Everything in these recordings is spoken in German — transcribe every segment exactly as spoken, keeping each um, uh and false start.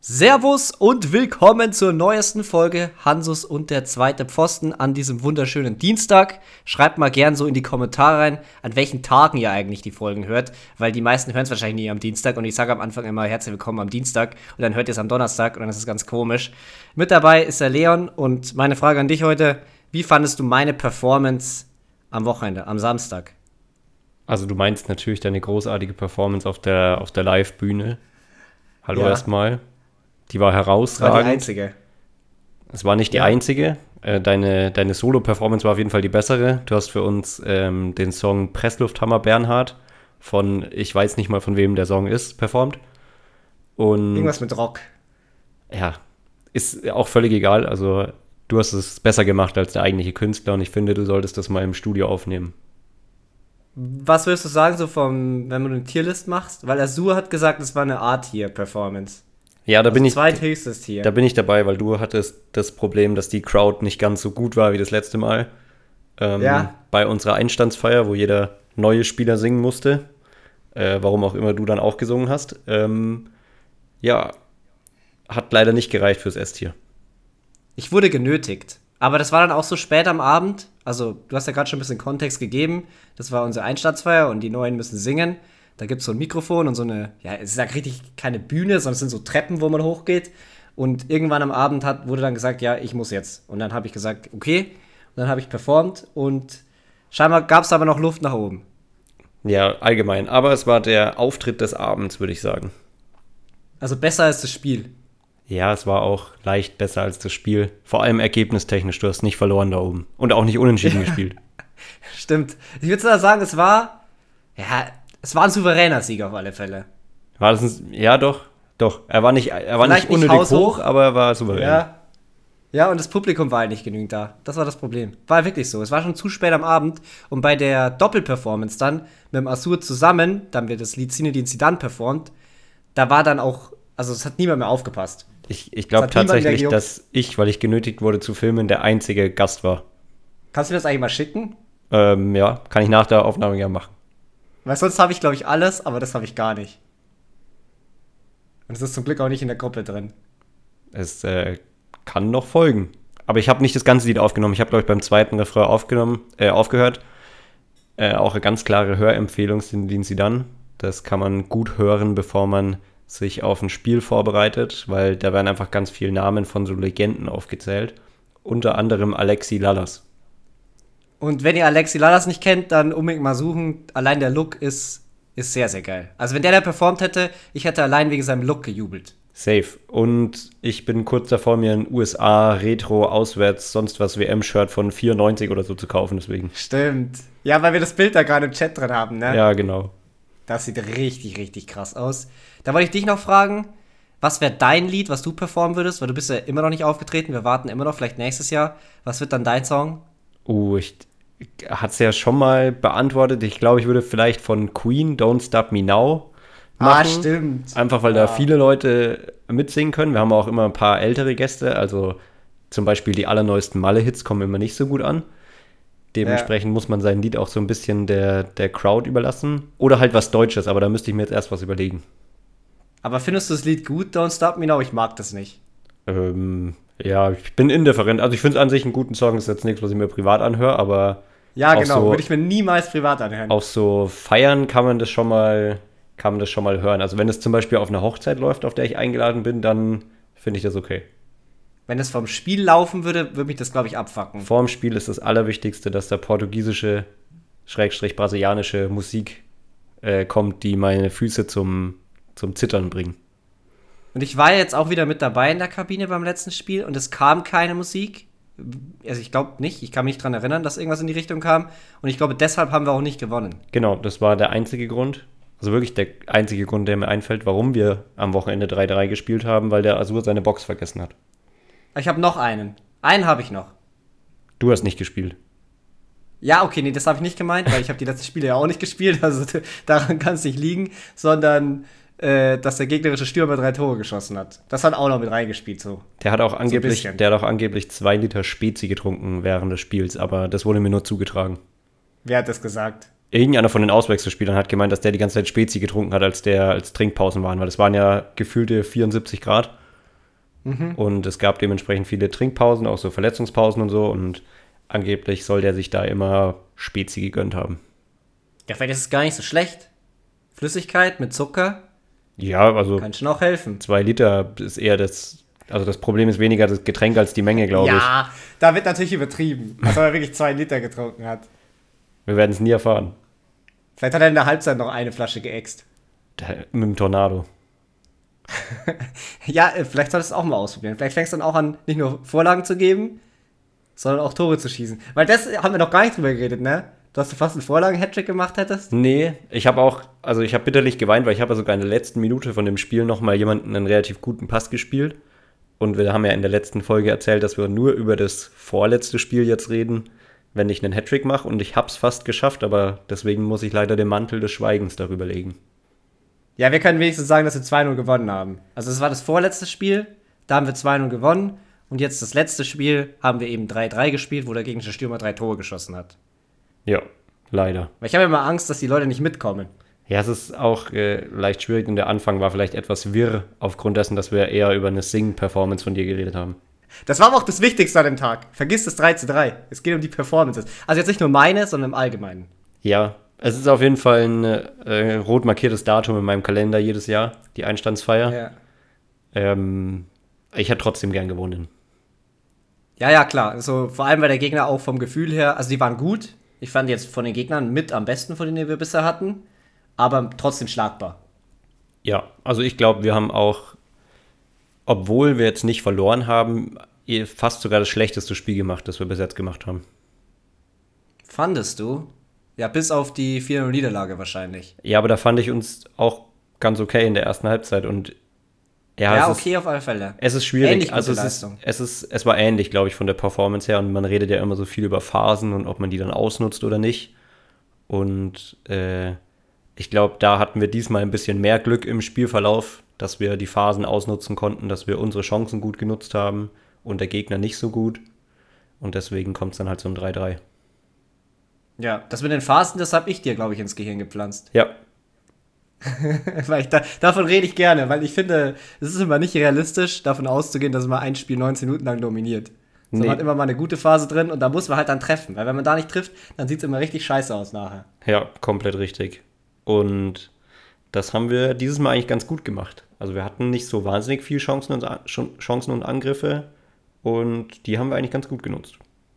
Servus und willkommen zur neuesten Folge Hansus und der zweite Pfosten an diesem wunderschönen Dienstag. Schreibt mal gern so in die Kommentare rein, an welchen Tagen ihr eigentlich die Folgen hört, weil die meisten hören es wahrscheinlich nie am Dienstag und ich sage am Anfang immer herzlich willkommen am Dienstag und dann hört ihr es am Donnerstag und dann ist es ganz komisch. Mit dabei ist der Leon und meine Frage an dich heute, wie fandest du meine Performance am Wochenende, am Samstag? Also du meinst natürlich deine großartige Performance auf der, auf der Live-Bühne. Hallo Ja. erstmal. Die war Das herausragend. war die einzige. Es war nicht die Ja. einzige. Äh, Deine, deine Solo-Performance war auf jeden Fall die bessere. Du hast für uns ähm, den Song Presslufthammer Bernhard von, ich weiß nicht mal von wem der Song ist, performt. Und Irgendwas mit Rock. ja, ist auch völlig egal. Also du hast es besser gemacht als der eigentliche Künstler und ich finde, du solltest das mal im Studio aufnehmen. Was würdest du sagen, so vom, wenn du eine Tierlist machst? Weil Azur hat gesagt, es war eine A-Tier-Performance. Ja, da bin ich, Zweithöchstes Tier. da bin ich dabei, weil du hattest das Problem, dass die Crowd nicht ganz so gut war wie das letzte Mal. Ähm, Ja. Bei unserer Einstandsfeier, wo jeder neue Spieler singen musste. Äh, warum auch immer du dann auch gesungen hast. Ähm, ja, hat leider nicht gereicht fürs S-Tier. Ich wurde genötigt. Aber das war dann auch so spät am Abend. Also, du hast ja gerade schon ein bisschen Kontext gegeben. Das war unsere Einstandsfeier und die Neuen müssen singen. Da gibt es so ein Mikrofon und so eine, ja, es ist ja richtig keine Bühne, sondern es sind so Treppen, wo man hochgeht. Und irgendwann am Abend hat, wurde dann gesagt, ja, ich muss jetzt. Und dann habe ich gesagt, okay. Und dann habe ich performt und scheinbar gab es aber noch Luft nach oben. Ja, allgemein. Aber es war der Auftritt des Abends, würde ich sagen. Also besser als das Spiel. Ja, es war auch leicht besser als das Spiel. Vor allem ergebnistechnisch. Du hast nicht verloren da oben. Und auch nicht unentschieden gespielt. Stimmt. Ich würde sogar sagen, es war, ja, es war ein souveräner Sieg auf alle Fälle. War das ein, ja, doch. Doch. Er war nicht, er war Vielleicht nicht nicht unnötig haushoch, hoch, aber er war souverän. Ja. Ja, und das Publikum war halt nicht genügend da. Das war das Problem. War wirklich so. Es war schon zu spät am Abend. Und bei der Doppelperformance dann mit dem Azur zusammen, dann wird das Lied Zinedine Zidane performt, da war dann auch, also es hat niemand mehr aufgepasst. Ich, ich glaube Das hat niemand mehr tatsächlich, gejuckt. dass ich, weil ich genötigt wurde zu filmen, der einzige Gast war. Kannst du mir das eigentlich mal schicken? Ähm, ja, kann ich nach der Aufnahme gerne machen. Weil sonst habe ich, glaube ich, alles, aber das habe ich gar nicht. Und es ist zum Glück auch nicht in der Gruppe drin. Es äh, kann noch folgen. Aber ich habe nicht das ganze Lied aufgenommen. Ich habe, glaube ich, beim zweiten Refrain aufgenommen, äh, aufgehört. Äh, auch eine ganz klare Hörempfehlung, Zinedine Zidane. Das kann man gut hören, bevor man sich auf ein Spiel vorbereitet, weil da werden einfach ganz viele Namen von so Legenden aufgezählt. Unter anderem Alexi Lalas. Und wenn ihr Alexi Lalas nicht kennt, dann unbedingt mal suchen. Allein der Look ist, ist sehr, sehr geil. Also wenn der da performt hätte, ich hätte allein wegen seinem Look gejubelt. Safe. Und ich bin kurz davor, mir ein U S A Retro Auswärts sonst was W M-Shirt von vierundneunzig oder so zu kaufen, deswegen. Stimmt. Ja, weil wir das Bild da gerade im Chat drin haben, ne? Ja, genau. Das sieht richtig, richtig krass aus. Da wollte ich dich noch fragen, was wäre dein Lied, was du performen würdest? Weil du bist ja immer noch nicht aufgetreten, wir warten immer noch, vielleicht nächstes Jahr. Was wird dann dein Song? Uh, ich hat's ja schon mal beantwortet. Ich glaube, ich würde vielleicht von Queen Don't Stop Me Now machen. Ah, stimmt. Einfach, weil Ja. da viele Leute mitsingen können. Wir haben auch immer ein paar ältere Gäste, also zum Beispiel die allerneuesten Malle-Hits kommen immer nicht so gut an. Dementsprechend muss man sein Lied auch so ein bisschen der, der Crowd überlassen. Oder halt was Deutsches, aber da müsste ich mir jetzt erst was überlegen. Aber findest du das Lied gut, Don't Stop Me Now? Ich mag das nicht. Ähm, ja, ich bin indifferent. Also ich finde es an sich einen guten Song, ist jetzt nichts, was ich mir privat anhöre, aber Ja, Auch genau, so- würde ich mir niemals privat anhören. auf so Feiern kann man das schon mal, kann man das schon mal hören. Also wenn es zum Beispiel auf einer Hochzeit läuft, auf der ich eingeladen bin, dann finde ich das okay. Wenn es vom Spiel laufen würde, würde mich das, glaube ich, abfacken. Vor dem Spiel ist das Allerwichtigste, dass da portugiesische, schrägstrich brasilianische Musik äh, kommt, die meine Füße zum, zum Zittern bringen. Und ich war jetzt auch wieder mit dabei in der Kabine beim letzten Spiel und es kam keine Musik. Also ich glaube nicht, ich kann mich nicht dran erinnern, dass irgendwas in die Richtung kam. Und ich glaube, deshalb haben wir auch nicht gewonnen. Genau, das war der einzige Grund, also wirklich der einzige Grund, der mir einfällt, warum wir am Wochenende drei drei gespielt haben, weil der Azur seine Box vergessen hat. Ich habe noch einen. Einen habe ich noch. Du hast nicht gespielt. Ja, okay, nee, das habe ich nicht gemeint, weil ich habe die letzten Spiele ja auch nicht gespielt. Also t- daran kann es nicht liegen, sondern äh, dass der gegnerische Stürmer drei Tore geschossen hat. Das hat auch noch mit reingespielt so. Der hat auch angeblich, bisschen. der hat auch angeblich zwei Liter Spezi getrunken während des Spiels, aber das wurde mir nur zugetragen. Wer hat das gesagt? Irgendeiner von den Auswechselspielern hat gemeint, dass der die ganze Zeit Spezi getrunken hat, als der als Trinkpausen waren, weil es waren ja gefühlte vierundsiebzig Grad Mhm. Und es gab dementsprechend viele Trinkpausen, auch so Verletzungspausen und so. Und angeblich soll der sich da immer Spezi gegönnt haben. Ja, vielleicht ist es gar nicht so schlecht. Flüssigkeit mit Zucker Ja, also kann schon auch helfen. zwei Liter ist eher das, also das Problem ist weniger das Getränk als die Menge, glaube ich. Ja, da wird natürlich übertrieben, als ob er wirklich zwei Liter getrunken hat. Wir werden es nie erfahren. Vielleicht hat er in der Halbzeit noch eine Flasche geäxt. Der, mit dem Tornado. Ja, äh, vielleicht solltest du es auch mal ausprobieren. Vielleicht fängst du dann auch an, nicht nur Vorlagen zu geben, sondern auch Tore zu schießen. Weil das haben wir noch gar nicht drüber geredet, ne? Dass du fast einen Vorlagen-Hattrick gemacht hättest. Nee, ich habe auch, also ich habe bitterlich geweint, weil ich habe ja sogar in der letzten Minute von dem Spiel nochmal jemanden einen relativ guten Pass gespielt. Und wir haben ja in der letzten Folge erzählt, dass wir nur über das vorletzte Spiel jetzt reden, wenn ich einen Hattrick mache. Und ich habe es fast geschafft, aber deswegen muss ich leider den Mantel des Schweigens darüber legen. Ja, wir können wenigstens sagen, dass wir zwei null gewonnen haben. Also es war das vorletzte Spiel, da haben wir zwei null gewonnen. Und jetzt das letzte Spiel haben wir eben drei drei gespielt, wo der gegnerische Stürmer drei Tore geschossen hat. Ja, leider. Weil ich habe immer Angst, dass die Leute nicht mitkommen. Ja, es ist auch äh, leicht schwierig und der Anfang war vielleicht etwas wirr, aufgrund dessen, dass wir eher über eine Sing-Performance von dir geredet haben. Das war aber auch das Wichtigste an dem Tag. Vergiss das drei zu drei. Es geht um die Performances. Also jetzt nicht nur meine, sondern im Allgemeinen. Ja, es ist auf jeden Fall ein äh, rot markiertes Datum in meinem Kalender jedes Jahr, die Einstandsfeier. Ja. Ähm, ich hätte trotzdem gern gewonnen. Ja, ja, klar. Also, vor allem, weil der Gegner auch vom Gefühl her, also die waren gut. Ich fand jetzt von den Gegnern mit am besten, von denen die wir bisher hatten. Aber trotzdem schlagbar. Ja, also ich glaube, wir haben auch, obwohl wir jetzt nicht verloren haben, eh fast sogar das schlechteste Spiel gemacht, das wir bis jetzt gemacht haben. Fandest du? Ja, bis auf die vier null Niederlage wahrscheinlich. Ja, aber da fand ich uns auch ganz okay in der ersten Halbzeit und ja, Ja, es okay, ist, auf alle Fälle. es ist schwierig. Ähnlich gute Also es ist, Leistung. es ist, es war ähnlich, glaube ich, von der Performance her und man redet ja immer so viel über Phasen und ob man die dann ausnutzt oder nicht. Und äh, ich glaube, da hatten wir diesmal ein bisschen mehr Glück im Spielverlauf, dass wir die Phasen ausnutzen konnten, dass wir unsere Chancen gut genutzt haben und der Gegner nicht so gut. Und deswegen kommt es dann halt zum drei drei. Ja, das mit den Phasen, das habe ich dir, glaube ich, ins Gehirn gepflanzt. Ja, weil ich da, davon rede ich gerne, weil ich finde, es ist immer nicht realistisch, davon auszugehen, dass man ein Spiel neunzehn Minuten lang dominiert. So, Nee. man hat immer mal eine gute Phase drin und da muss man halt dann treffen. Weil wenn man da nicht trifft, dann sieht es immer richtig scheiße aus nachher. ja, komplett richtig. Und das haben wir dieses Mal eigentlich ganz gut gemacht. Also wir hatten nicht so wahnsinnig viele Chancen und, Chancen und Angriffe und die haben wir eigentlich ganz gut genutzt.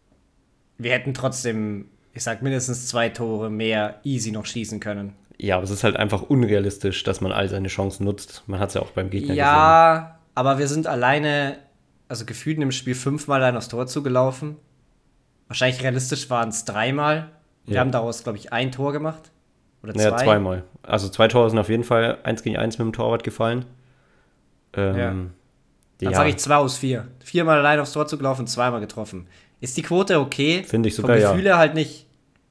Wir hätten trotzdem, ich sag, mindestens zwei Tore mehr easy noch schießen können. Ja, aber es ist halt einfach unrealistisch, dass man all seine Chancen nutzt. Man hat es ja auch beim Gegner Ja, aber wir sind alleine, also gefühlt in dem Spiel fünfmal allein aufs Tor zugelaufen. Wahrscheinlich realistisch waren es dreimal. Wir Ja. haben daraus, glaube ich, ein Tor gemacht. Oder gesehen. zwei. Ja, zweimal. Also zwei Tore sind auf jeden Fall eins gegen eins mit dem Torwart gefallen. Ähm, Ja. Dann ja, sage ich zwei aus vier. Viermal allein aufs Tor zugelaufen, zweimal getroffen. Ist die Quote okay? Finde ich sogar, Vom ja. Gefühl her halt nicht.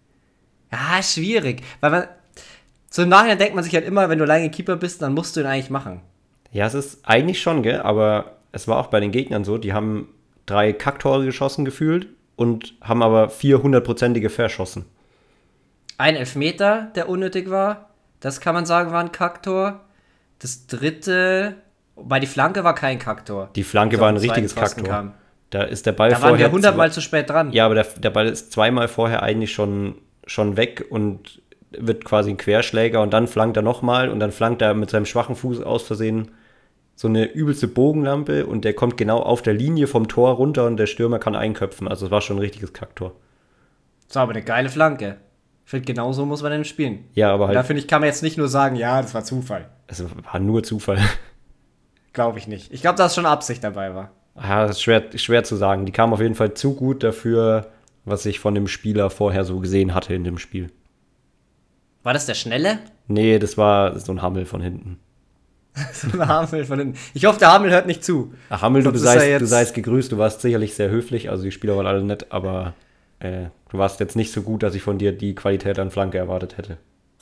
Ja, schwierig. Weil man, so im Nachhinein denkt man sich halt immer, wenn du alleine Keeper bist, dann musst du ihn eigentlich machen. Ja, es ist eigentlich schon, gell? Aber es war auch bei den Gegnern so, die haben drei Kacktore geschossen gefühlt und haben aber vier hundertprozentige verschossen. Ein Elfmeter, der unnötig war. Das kann man sagen, war ein Kacktor. Das dritte, wobei die Flanke war kein Kacktor. Die Flanke Die war auf ein den richtiges zweiten Pfosten Kacktor. kam. Da ist der Ball Da waren vorher wir hundertmal zu spät dran. Ja, aber der, der Ball ist zweimal vorher eigentlich schon, schon weg und wird quasi ein Querschläger und dann flankt er nochmal und dann flankt er mit seinem schwachen Fuß aus Versehen so eine übelste Bogenlampe und der kommt genau auf der Linie vom Tor runter und der Stürmer kann einköpfen. Also es war schon ein richtiges Kacktor. Das war aber eine geile Flanke. Ich finde, genau so muss man denn spielen. Ja, aber Und da halt, finde ich, kann man jetzt nicht nur sagen, ja, das war Zufall. es war nur Zufall. Glaube ich nicht. Ich glaube, dass schon Absicht dabei war. Ja, das ist schwer, schwer zu sagen. Die kam auf jeden Fall zu gut dafür, was ich von dem Spieler vorher so gesehen hatte in dem Spiel. War das der Schnelle? Nee, das war so ein Hammel von hinten. So ein Hamel von hinten. Ich hoffe, der Hamel hört nicht zu. Ach, Hammel, du Sonst ist er seist, jetzt- du seist gegrüßt, du warst sicherlich sehr höflich, also die Spieler waren alle nett, aber äh, du warst jetzt nicht so gut, dass ich von dir die Qualität an Flanke erwartet hätte.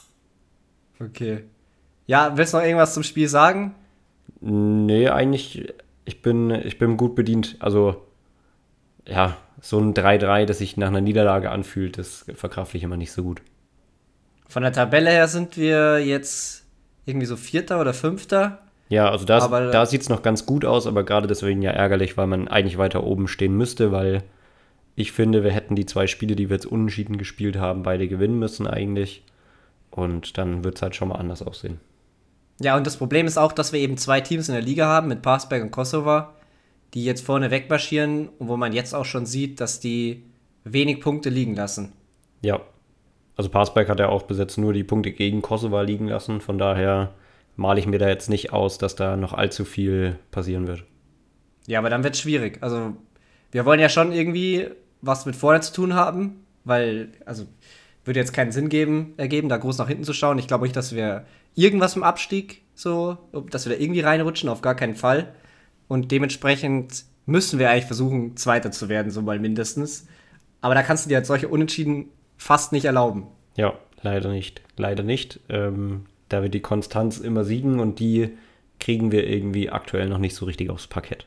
Okay. Ja, willst du noch irgendwas zum Spiel sagen? Nee, eigentlich, ich bin, ich bin gut bedient. Also, ja, so ein drei drei, das sich nach einer Niederlage anfühlt, das verkrafte ich immer nicht so gut. Von der Tabelle her sind wir jetzt irgendwie so Vierter oder Fünfter. Ja, also das, Aber- da sieht es noch ganz gut aus, aber gerade deswegen ja ärgerlich, weil man eigentlich weiter oben stehen müsste, weil ich finde, wir hätten die zwei Spiele, die wir jetzt unentschieden gespielt haben, beide gewinnen müssen eigentlich. Und dann wird es halt schon mal anders aussehen. Ja, und das Problem ist auch, dass wir eben zwei Teams in der Liga haben, mit Parsberg und Kosovo, die jetzt vorne wegmarschieren und wo man jetzt auch schon sieht, dass die wenig Punkte liegen lassen. Ja, also Parsberg hat ja auch bis jetzt nur die Punkte gegen Kosovo liegen lassen. Von daher male ich mir da jetzt nicht aus, dass da noch allzu viel passieren wird. Ja, aber dann wird es schwierig. Also, wir wollen ja schon irgendwie was mit vorne zu tun haben, weil, also, würde jetzt keinen Sinn geben, ergeben, da groß nach hinten zu schauen. Ich glaube nicht, dass wir irgendwas im Abstieg so, dass wir da irgendwie reinrutschen, auf gar keinen Fall. Und dementsprechend müssen wir eigentlich versuchen, Zweiter zu werden, so mal mindestens. Aber da kannst du dir halt solche Unentschieden fast nicht erlauben. Ja, leider nicht. Leider nicht. Ähm, da wird die Konstanz immer siegen und die kriegen wir irgendwie aktuell noch nicht so richtig aufs Parkett.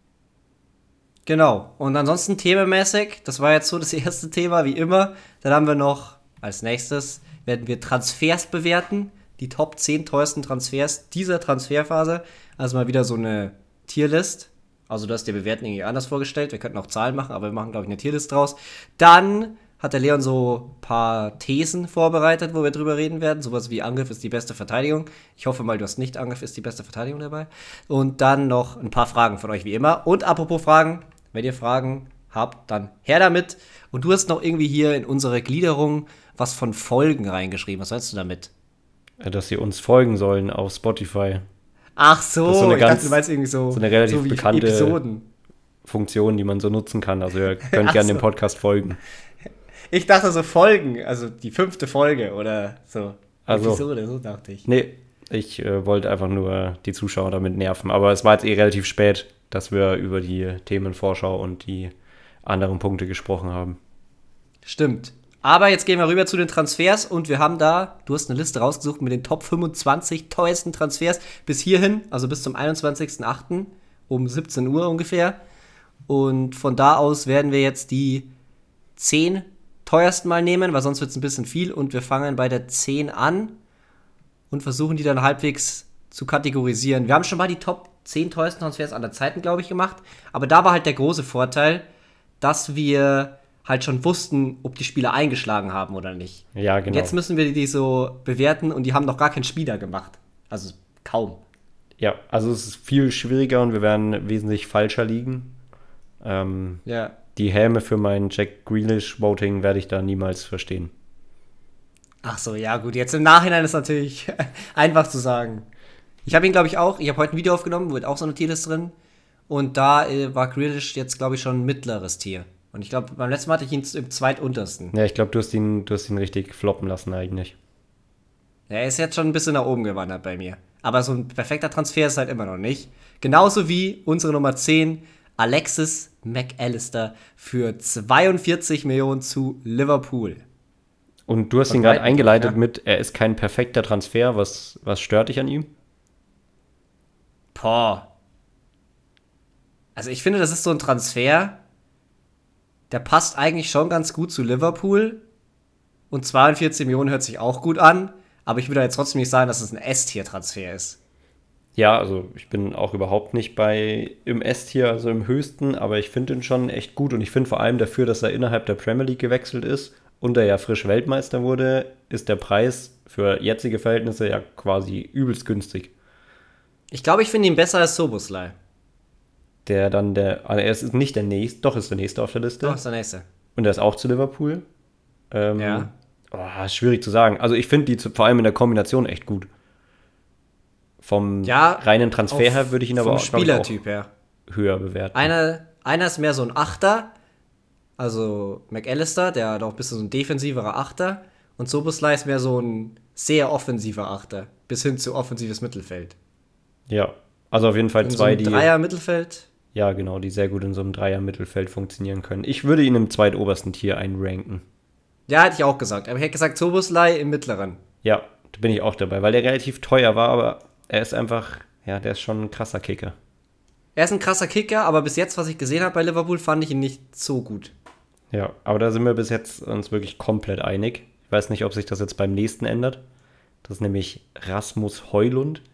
Genau. Und ansonsten themenmäßig, das war jetzt so das erste Thema, wie immer. Dann haben wir noch als nächstes, werden wir Transfers bewerten. Die Top zehn teuersten Transfers dieser Transferphase. Also mal wieder so eine Tierlist. Also du hast dir Bewerten irgendwie anders vorgestellt. Wir könnten auch Zahlen machen, aber wir machen, glaube ich, eine Tierlist draus. Dann hat der Leon so ein paar Thesen vorbereitet, wo wir drüber reden werden. Sowas wie Angriff ist die beste Verteidigung. Ich hoffe mal, du hast nicht Angriff ist die beste Verteidigung dabei. Und dann noch ein paar Fragen von euch, wie immer. Und apropos Fragen, wenn ihr Fragen habt, dann her damit. Und du hast noch irgendwie hier in unsere Gliederung was von Folgen reingeschrieben. Was meinst du damit? Dass sie uns folgen sollen auf Spotify. Ach so, Das ist so eine ich ganz- dachte, du meinst irgendwie so, so eine relativ so wie bekannte- Episoden. Funktion, die man so nutzen kann. Also ihr könnt Ach gerne so. dem Podcast folgen. Ich dachte so Folgen, also die fünfte Folge oder so. Also- Episode, so dachte ich. Nee, ich äh, wollte einfach nur die Zuschauer damit nerven. Aber es war jetzt eh relativ spät, dass wir über die Themenvorschau und die anderen Punkte gesprochen haben. Stimmt. Aber jetzt gehen wir rüber zu den Transfers und wir haben da, du hast eine Liste rausgesucht mit den Top fünfundzwanzig teuersten Transfers bis hierhin, also bis zum einundzwanzigsten achten um siebzehn Uhr ungefähr. Und von da aus werden wir jetzt die zehn teuersten mal nehmen, weil sonst wird es ein bisschen viel. Und wir fangen bei der zehn an und versuchen die dann halbwegs zu kategorisieren. Wir haben schon mal die Top zehn teuersten Transfers aller Zeiten, glaube ich, gemacht. Aber da war halt der große Vorteil, dass wir halt schon wussten, ob die Spieler eingeschlagen haben oder nicht. Ja, genau. Und jetzt müssen wir die so bewerten und die haben noch gar keinen Spieler gemacht. Also kaum. Ja, also es ist viel schwieriger und wir werden wesentlich falscher liegen. Ähm, Ja. die Häme für mein Jack Grealish-Voting werde ich da niemals verstehen. Ach so, ja gut, jetzt im Nachhinein ist natürlich einfach zu sagen. Ich habe ihn, glaube ich, auch, ich habe heute ein Video aufgenommen, wo ist auch so eine Tierlist drin. Und da äh, war Grealish jetzt, glaube ich, schon ein mittleres Tier. Und ich glaube, beim letzten Mal hatte ich ihn im zweituntersten. Ja, ich glaube, du hast ihn, du hast ihn richtig floppen lassen eigentlich. Ja, er ist jetzt schon ein bisschen nach oben gewandert bei mir. Aber so ein perfekter Transfer ist halt immer noch nicht. Genauso wie unsere Nummer zehn, Alexis McAllister für zweiundvierzig Millionen zu Liverpool. Und du hast Von ihn gerade Weitem, eingeleitet ja. mit, er ist kein perfekter Transfer. Was, was stört dich an ihm? Boah. Also ich finde, das ist so ein Transfer, der passt eigentlich schon ganz gut zu Liverpool. Und zweiundvierzig Millionen hört sich auch gut an. Aber ich würde jetzt trotzdem nicht sagen, dass es ein S-Tier-Transfer ist. Ja, also ich bin auch überhaupt nicht bei im S-Tier, also im höchsten, aber ich finde ihn schon echt gut und ich finde vor allem dafür, dass er innerhalb der Premier League gewechselt ist und er ja frisch Weltmeister wurde, ist der Preis für jetzige Verhältnisse ja quasi übelst günstig. Ich glaube, ich finde ihn besser als Soboslai. Der dann der, also er ist nicht der nächste, doch ist der nächste auf der Liste. Doch, ist der nächste. Und er ist auch zu Liverpool. Ähm, Ja. Oh, ist schwierig zu sagen. Also ich finde die zu, vor allem in der Kombination echt gut. Vom Ja, reinen Transfer auf- her würde ich ihn aber vom auch, glaub ich, auch Spielertyp her. höher bewerten. Einer, einer ist mehr so ein Achter, also McAllister, der doch ein bisschen so ein defensiverer Achter. Und Soboslai ist mehr so ein sehr offensiver Achter, bis hin zu offensives Mittelfeld. Ja, also auf jeden Fall In so zwei, einem die Dreier-Mittelfeld. ja genau, die sehr gut in so einem Dreier-Mittelfeld funktionieren können. Ich würde ihn im zweitobersten Tier einranken. Ja, hätte ich auch gesagt. Aber ich hätte gesagt, Soboslai im mittleren. Ja, da bin ich auch dabei, weil der relativ teuer war, aber er ist einfach, ja, der ist schon ein krasser Kicker. Er ist ein krasser Kicker, aber bis jetzt, was ich gesehen habe bei Liverpool, fand ich ihn nicht so gut. Ja, aber da sind wir bis jetzt uns wirklich komplett einig. Ich weiß nicht, ob sich das jetzt beim nächsten ändert. Das ist nämlich Rasmus Højlund.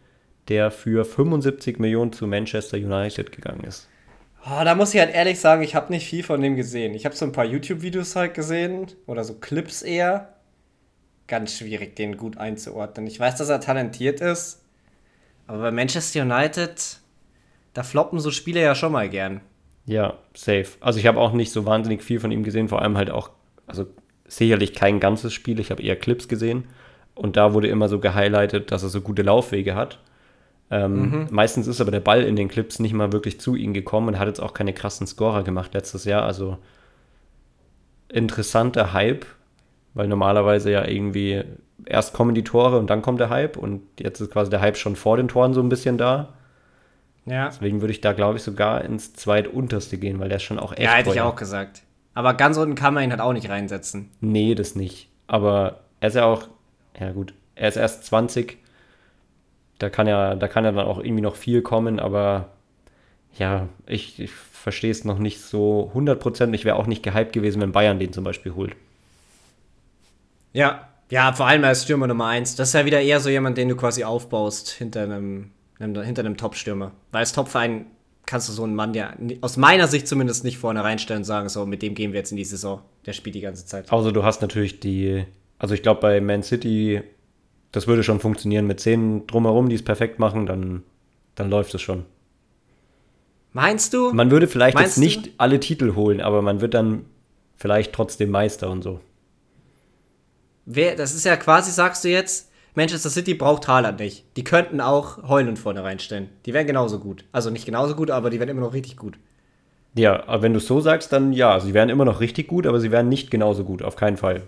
der für fünfundsiebzig Millionen zu Manchester United gegangen ist. Oh, da muss ich halt ehrlich sagen, ich habe nicht viel von dem gesehen. Ich habe so ein paar YouTube-Videos halt gesehen oder so Clips eher. Ganz schwierig, den gut einzuordnen. Ich weiß, dass er talentiert ist, aber bei Manchester United, da floppen so Spiele ja schon mal gern. Ja, safe. Also ich habe auch nicht so wahnsinnig viel von ihm gesehen, vor allem halt auch, also sicherlich kein ganzes Spiel, ich habe eher Clips gesehen und da wurde immer so gehighlightet, dass er so gute Laufwege hat. Ähm, mhm. Meistens ist aber der Ball in den Clips nicht mal wirklich zu ihm gekommen und hat jetzt auch keine krassen Scorer gemacht letztes Jahr, also interessanter Hype, weil normalerweise ja irgendwie erst kommen die Tore und dann kommt der Hype und jetzt ist quasi der Hype schon vor den Toren so ein bisschen da. Ja. Deswegen würde ich da, glaube ich, sogar ins zweitunterste gehen, weil der ist schon auch echt Ja, hätte teuer. ich auch gesagt. Aber ganz unten kann man ihn halt auch nicht reinsetzen. Nee, das nicht. Aber er ist ja auch, ja gut, er ist erst zwanzig. Da kann ja, da kann ja dann auch irgendwie noch viel kommen, aber ja, ich, ich verstehe es noch nicht so hundert Prozent. Ich wäre auch nicht gehypt gewesen, wenn Bayern den zum Beispiel holt. Ja, ja, vor allem als Stürmer Nummer eins. Das ist ja wieder eher so jemand, den du quasi aufbaust hinter einem, einem hinter einem Top-Stürmer. Weil als Top-Verein kannst du so einen Mann ja aus meiner Sicht zumindest nicht vorne reinstellen und sagen, so, mit dem gehen wir jetzt in die Saison. Der spielt die ganze Zeit. Außer du hast natürlich die, also ich glaube bei Man City, das würde schon funktionieren mit zehn drumherum, die es perfekt machen, dann, dann läuft es schon. Meinst du? Man würde vielleicht Meinst jetzt nicht du? alle Titel holen, aber man wird dann vielleicht trotzdem Meister und so. Wer, das ist ja quasi, sagst du jetzt, Manchester City braucht Haaland nicht. Die könnten auch Heuland vorne reinstellen. Die wären genauso gut. Also nicht genauso gut, aber die wären immer noch richtig gut. Ja, aber wenn du es so sagst, dann ja, sie wären immer noch richtig gut, aber sie wären nicht genauso gut, auf keinen Fall.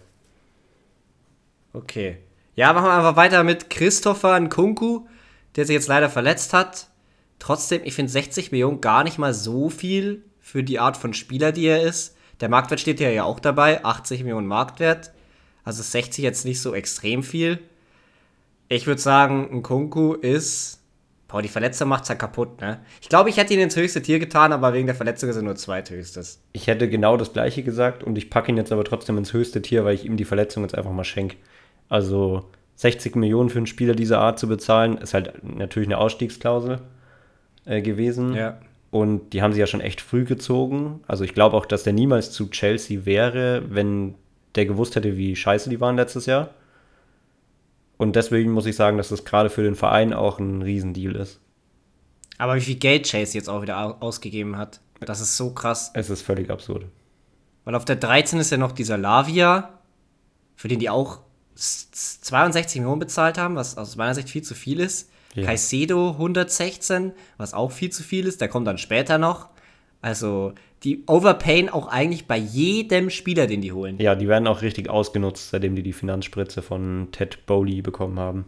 Okay. Ja, machen wir einfach weiter mit Christopher Nkunku, der sich jetzt leider verletzt hat. Trotzdem, ich finde sechzig Millionen gar nicht mal so viel für die Art von Spieler, die er ist. Der Marktwert steht ja ja auch dabei, achtzig Millionen Marktwert. Also ist sechzig jetzt nicht so extrem viel. Ich würde sagen, Nkunku ist... Boah, die Verletzung macht's ja kaputt, ne? Ich glaube, ich hätte ihn ins höchste Tier getan, aber wegen der Verletzung ist er nur zweithöchstes. Ich hätte genau das Gleiche gesagt und ich packe ihn jetzt aber trotzdem ins höchste Tier, weil ich ihm die Verletzung jetzt einfach mal schenke. Also sechzig Millionen für einen Spieler dieser Art zu bezahlen, ist halt natürlich eine Ausstiegsklausel äh, gewesen. Ja. Und die haben sie ja schon echt früh gezogen. Also ich glaube auch, dass der niemals zu Chelsea wäre, wenn der gewusst hätte, wie scheiße die waren letztes Jahr. Und deswegen muss ich sagen, dass das gerade für den Verein auch ein Riesendeal ist. Aber wie viel Geld Chelsea jetzt auch wieder ausgegeben hat, das ist so krass. Es ist völlig absurd. Weil auf der dreizehn ist ja noch dieser Lavia, für den die auch zweiundsechzig Millionen bezahlt haben, was aus meiner Sicht viel zu viel ist. Ja. Caicedo hundertsechzehn, was auch viel zu viel ist, der kommt dann später noch. Also, die overpayen auch eigentlich bei jedem Spieler, den die holen. Ja, die werden auch richtig ausgenutzt, seitdem die die Finanzspritze von Ted Bowley bekommen haben.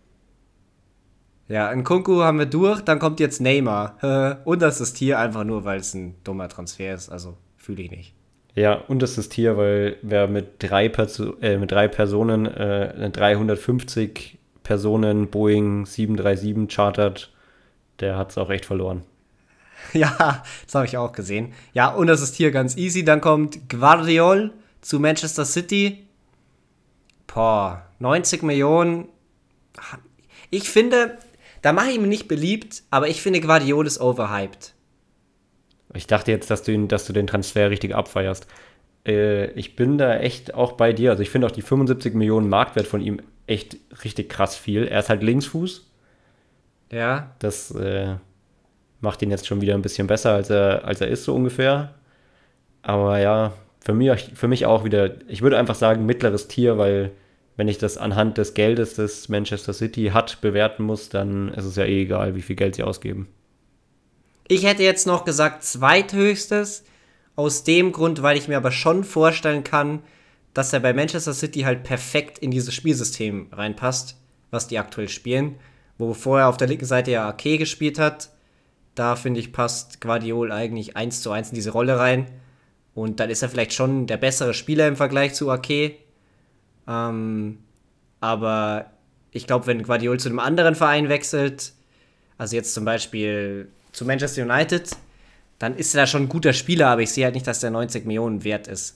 Ja, Nkunku haben wir durch, dann kommt jetzt Neymar. Und das ist hier einfach nur, weil es ein dummer Transfer ist, also fühle ich nicht. Ja, und das ist hier, weil wer mit drei, Perso- äh, mit drei Personen äh, eine dreihundertfünfzig Personen Boeing sieben drei sieben chartert, der hat es auch echt verloren. Ja, das habe ich auch gesehen. Ja, und das ist hier ganz easy. Dann kommt Gvardiol zu Manchester City. Boah, neunzig Millionen. Ich finde, da mache ich mir nicht beliebt, aber ich finde, Gvardiol ist overhyped. Ich dachte jetzt, dass du, ihn, dass du den Transfer richtig abfeierst. Äh, ich bin da echt auch bei dir. Also ich finde auch die fünfundsiebzig Millionen Marktwert von ihm echt richtig krass viel. Er ist halt Linksfuß. Ja. Das äh, macht ihn jetzt schon wieder ein bisschen besser, als er, als er ist, so ungefähr. Aber ja, für mich, für mich auch wieder, ich würde einfach sagen, mittleres Tier, weil wenn ich das anhand des Geldes, das Manchester City hat, bewerten muss, dann ist es ja eh egal, wie viel Geld sie ausgeben. Ich hätte jetzt noch gesagt zweithöchstes, aus dem Grund, weil ich mir aber schon vorstellen kann, dass er bei Manchester City halt perfekt in dieses Spielsystem reinpasst, was die aktuell spielen. Wo vorher auf der linken Seite ja Ake gespielt hat, da finde ich, passt Gvardiol eigentlich eins zu eins in diese Rolle rein. Und dann ist er vielleicht schon der bessere Spieler im Vergleich zu Ake. Ähm, aber ich glaube, wenn Gvardiol zu einem anderen Verein wechselt, also jetzt zum Beispiel zu Manchester United, dann ist er da schon ein guter Spieler, aber ich sehe halt nicht, dass der neunzig Millionen wert ist.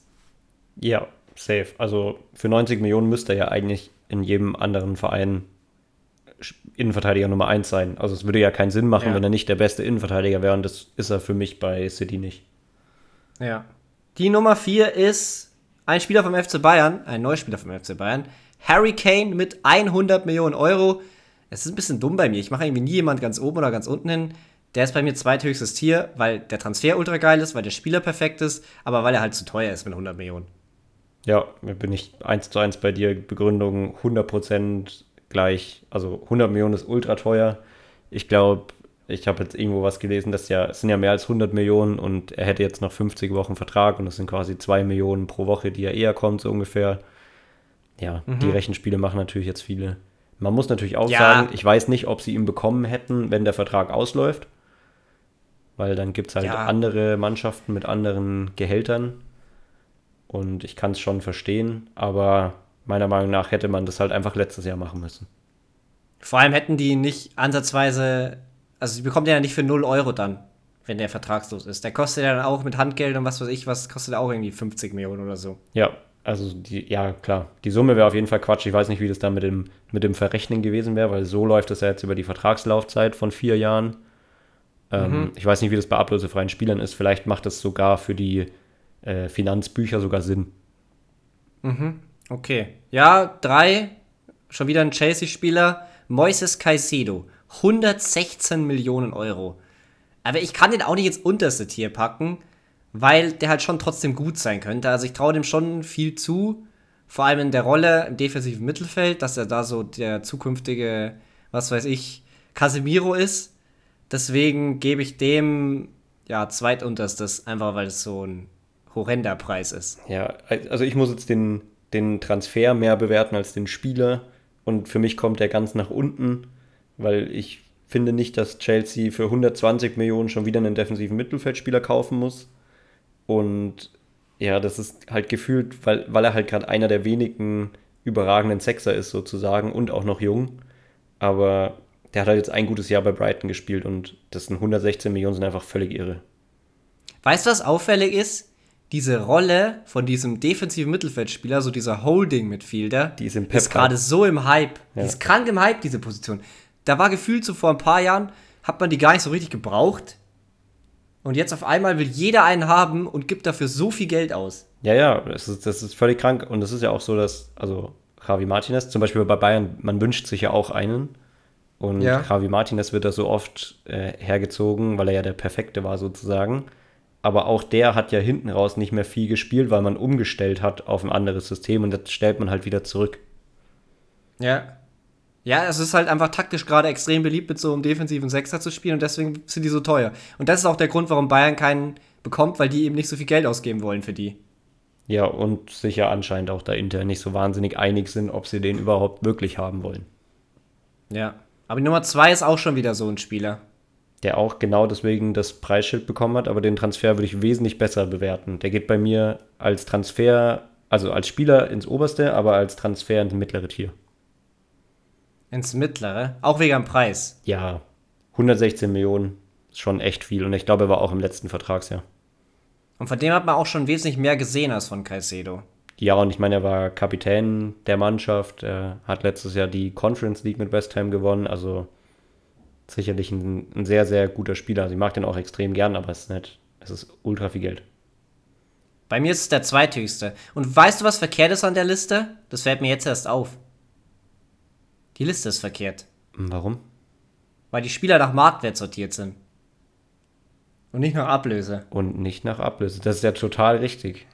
Ja, safe. Also für neunzig Millionen müsste er ja eigentlich in jedem anderen Verein Innenverteidiger Nummer eins sein. Also es würde ja keinen Sinn machen, Ja. wenn er nicht der beste Innenverteidiger wäre und das ist er für mich bei City nicht. Ja. Die Nummer vier ist ein Spieler vom F C Bayern, ein Neuspieler vom F C Bayern, Harry Kane mit hundert Millionen Euro. Es ist ein bisschen dumm bei mir. Ich mache irgendwie nie jemand ganz oben oder ganz unten hin. Der ist bei mir zweithöchstes Tier, weil der Transfer ultra geil ist, weil der Spieler perfekt ist, aber weil er halt zu teuer ist mit hundert Millionen. Ja, bin ich eins zu eins bei dir. Begründung hundert Prozent gleich. Also hundert Millionen ist ultra teuer. Ich glaube, ich habe jetzt irgendwo was gelesen, dass ja, es sind ja mehr als hundert Millionen und er hätte jetzt noch fünfzig Wochen Vertrag und das sind quasi zwei Millionen pro Woche, die er eher kommt, so ungefähr. Ja, mhm. Die Rechenspiele machen natürlich jetzt viele. Man muss natürlich auch ja. sagen, ich weiß nicht, ob sie ihn bekommen hätten, wenn der Vertrag ausläuft. Weil dann gibt es halt ja. andere Mannschaften mit anderen Gehältern. Und ich kann es schon verstehen, aber meiner Meinung nach hätte man das halt einfach letztes Jahr machen müssen. Vor allem hätten die nicht ansatzweise, also sie bekommt ja nicht für null Euro dann, wenn der vertragslos ist. Der kostet ja dann auch mit Handgeld und was weiß ich, was kostet auch irgendwie fünfzig Millionen oder so. Ja, also die, ja klar, die Summe wäre auf jeden Fall Quatsch. Ich weiß nicht, wie das dann mit dem, mit dem Verrechnen gewesen wäre, weil so läuft das ja jetzt über die Vertragslaufzeit von vier Jahren. Ähm, mhm. Ich weiß nicht, wie das bei ablösefreien Spielern ist. Vielleicht macht das sogar für die äh, Finanzbücher sogar Sinn. Mhm. Okay. Ja, drei. Schon wieder ein Chelsea-Spieler. Moises Caicedo. hundertsechzehn Millionen Euro. Aber ich kann den auch nicht ins unterste Tier packen, weil der halt schon trotzdem gut sein könnte. Also ich traue dem schon viel zu. Vor allem in der Rolle im defensiven Mittelfeld, dass er da so der zukünftige, was weiß ich, Casemiro ist. Deswegen gebe ich dem, ja, zweitunterstes, einfach weil es so ein horrender Preis ist. Ja, also ich muss jetzt den, den Transfer mehr bewerten als den Spieler. Und für mich kommt der ganz nach unten, weil ich finde nicht, dass Chelsea für hundertzwanzig Millionen schon wieder einen defensiven Mittelfeldspieler kaufen muss. Und ja, das ist halt gefühlt, weil, weil er halt gerade einer der wenigen überragenden Sechser ist sozusagen und auch noch jung. Aber der hat halt jetzt ein gutes Jahr bei Brighton gespielt und das sind hundertsechzehn Millionen, sind einfach völlig irre. Weißt du, was auffällig ist? Diese Rolle von diesem defensiven Mittelfeldspieler, so dieser Holding-Midfielder, die ist, im ist gerade so im Hype. Ja. Die ist krank im Hype, diese Position. Da war gefühlt so vor ein paar Jahren, hat man die gar nicht so richtig gebraucht. Und jetzt auf einmal will jeder einen haben und gibt dafür so viel Geld aus. Ja, ja, das ist, das ist völlig krank. Und das ist ja auch so, dass, also Javi Martinez, zum Beispiel bei Bayern, man wünscht sich ja auch einen. Und ja. Javi Martinez wird da so oft äh, hergezogen, weil er ja der Perfekte war sozusagen. Aber auch der hat ja hinten raus nicht mehr viel gespielt, weil man umgestellt hat auf ein anderes System und das stellt man halt wieder zurück. Ja. Ja, es ist halt einfach taktisch gerade extrem beliebt, mit so einem defensiven Sechser zu spielen und deswegen sind die so teuer. Und das ist auch der Grund, warum Bayern keinen bekommt, weil die eben nicht so viel Geld ausgeben wollen für die. Ja, und sich ja anscheinend auch da intern nicht so wahnsinnig einig sind, ob sie den überhaupt wirklich haben wollen. Ja, aber die Nummer zwei ist auch schon wieder so ein Spieler. Der auch genau deswegen das Preisschild bekommen hat, aber den Transfer würde ich wesentlich besser bewerten. Der geht bei mir als Transfer, also als Spieler ins oberste, aber als Transfer ins mittlere Tier. Ins mittlere? Auch wegen dem Preis? Ja, hundertsechzehn Millionen ist schon echt viel und ich glaube, er war auch im letzten Vertragsjahr. Und von dem hat man auch schon wesentlich mehr gesehen als von Caicedo. Ja, und ich meine, er war Kapitän der Mannschaft, er hat letztes Jahr die Conference League mit West Ham gewonnen, also sicherlich ein, ein sehr, sehr guter Spieler. Also ich mag den auch extrem gern, aber es ist nicht, es ist ultra viel Geld. Bei mir ist es der zweithöchste. Und weißt du, was verkehrt ist an der Liste? Das fällt mir jetzt erst auf. Die Liste ist verkehrt. Warum? Weil die Spieler nach Marktwert sortiert sind. Und nicht nach Ablöse. Und nicht nach Ablöse. Das ist ja total richtig.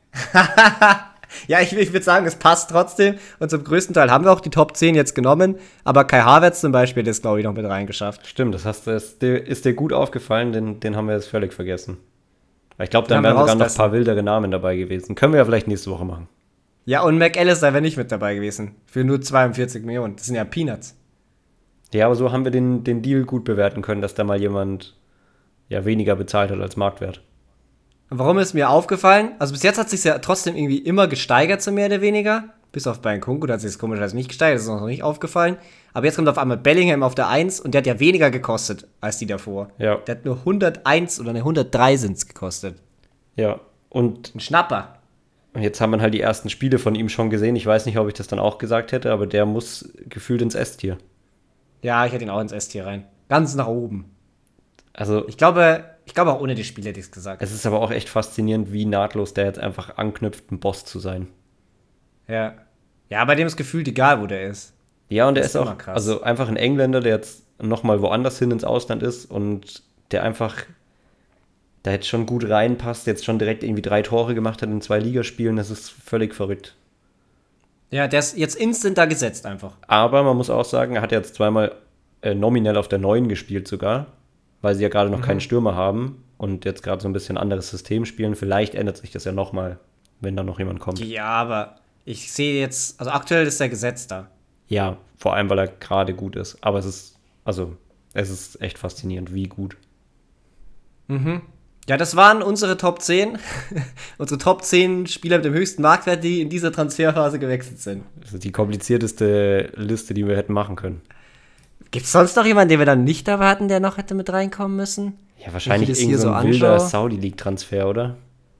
Ja, ich, ich würde sagen, es passt trotzdem. Und zum größten Teil haben wir auch die Top zehn jetzt genommen. Aber Kai Havertz zum Beispiel, das glaube ich noch mit reingeschafft. Stimmt, das hast, das ist dir gut aufgefallen, den, den haben wir jetzt völlig vergessen. Ich glaube, da wären sogar noch ein paar wildere Namen dabei gewesen. Können wir ja vielleicht nächste Woche machen. Ja, und McAllister wäre nicht mit dabei gewesen. Für nur zweiundvierzig Millionen. Das sind ja Peanuts. Ja, aber so haben wir den, den Deal gut bewerten können, dass da mal jemand ja weniger bezahlt hat als Marktwert. Und warum ist mir aufgefallen? Also bis jetzt hat es sich ja trotzdem irgendwie immer gesteigert, so mehr oder weniger. Bis auf Bayern Kunku, da hat sich das komischerweise nicht gesteigert, das ist uns noch nicht aufgefallen. Aber jetzt kommt auf einmal Bellingham auf der eins und der hat ja weniger gekostet als die davor. Ja. Der hat nur hunderteins oder ne, hundertdrei sind es gekostet. Ja, und ein Schnapper. Jetzt haben wir halt die ersten Spiele von ihm schon gesehen. Ich weiß nicht, ob ich das dann auch gesagt hätte, aber der muss gefühlt ins S-Tier. Ja, ich hätte ihn auch ins S-Tier rein. Ganz nach oben. Also, Ich glaube, ich glaube auch ohne die Spiele hätte ich es gesagt. es ist aber auch echt faszinierend, wie nahtlos der jetzt einfach anknüpft, ein Boss zu sein. Ja. Ja, bei dem ist gefühlt egal, wo der ist. Ja, und der Das ist ist immer auch, krass. also einfach ein Engländer, der jetzt nochmal woanders hin ins Ausland ist und der einfach da jetzt schon gut reinpasst, jetzt schon direkt irgendwie drei Tore gemacht hat in zwei Ligaspielen, das ist völlig verrückt. Ja, der ist jetzt instant da gesetzt einfach. Aber man muss auch sagen, er hat jetzt zweimal äh, nominell auf der neun gespielt sogar, weil sie ja gerade noch keinen Mhm. Stürmer haben und jetzt gerade so ein bisschen anderes System spielen. Vielleicht ändert sich das ja nochmal, wenn da noch jemand kommt. Ja, aber ich sehe jetzt, also aktuell ist der gesetzt da. Ja, vor allem, weil er gerade gut ist. Aber es ist, also, es ist echt faszinierend, wie gut. Mhm. Ja, das waren unsere Top zehn. Unsere Top zehn Spieler mit dem höchsten Marktwert, die in dieser Transferphase gewechselt sind. Das ist die komplizierteste Liste, die wir hätten machen können. Gibt es sonst noch jemanden, den wir dann nicht dabei hatten, der noch hätte mit reinkommen müssen? Ja, wahrscheinlich Wenn ich das irgend hier so so ein wilder anschaue. Saudi-League-Transfer, oder?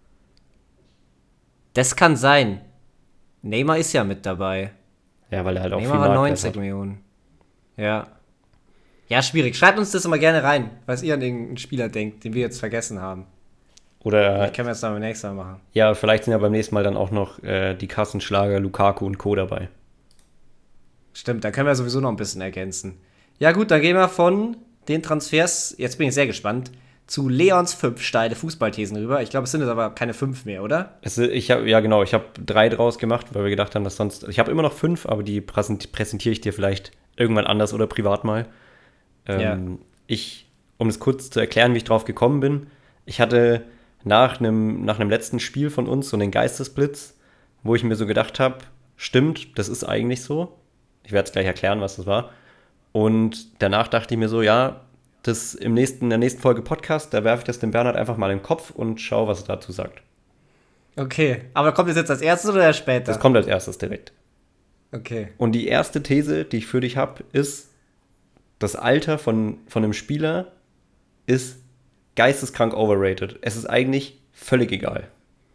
Das kann sein. Neymar ist ja mit dabei. Ja, weil er halt auch Neymar viel war Marktwert neunzig hat. Millionen. Ja. Ja, schwierig. Schreibt uns das immer gerne rein, was ihr an den Spieler denkt, den wir jetzt vergessen haben. Oder, Vielleicht können wir es dann beim nächsten Mal machen. ja, vielleicht sind ja beim nächsten Mal dann auch noch äh, die Kassenschlager Lukaku und Co. dabei. Stimmt, da können wir sowieso noch ein bisschen ergänzen. Ja gut, dann gehen wir von den Transfers, jetzt bin ich sehr gespannt, zu Leons fünf steile Fußballthesen rüber. Ich glaube, es sind jetzt aber keine fünf mehr, oder? Es, ich hab, ja, genau, ich habe drei draus gemacht, weil wir gedacht haben, dass sonst. Ich habe immer noch fünf, aber die präsent, präsentiere ich dir vielleicht irgendwann anders oder privat mal. Ähm, Ja. Ich, um es kurz zu erklären, wie ich drauf gekommen bin, ich hatte nach einem nach einem letzten Spiel von uns so einen Geistesblitz, wo ich mir so gedacht habe, stimmt, das ist eigentlich so. Ich werde es gleich erklären, was das war. Und danach dachte ich mir so, ja, das im nächsten, in der nächsten Folge Podcast, da werfe ich das dem Bernhard einfach mal in den Kopf und schaue, was er dazu sagt. Okay, aber kommt das jetzt als erstes oder erst später? Das kommt als erstes direkt. Okay. Und die erste These, die ich für dich habe, ist, das Alter von, von einem Spieler ist geisteskrank overrated. Es ist eigentlich völlig egal.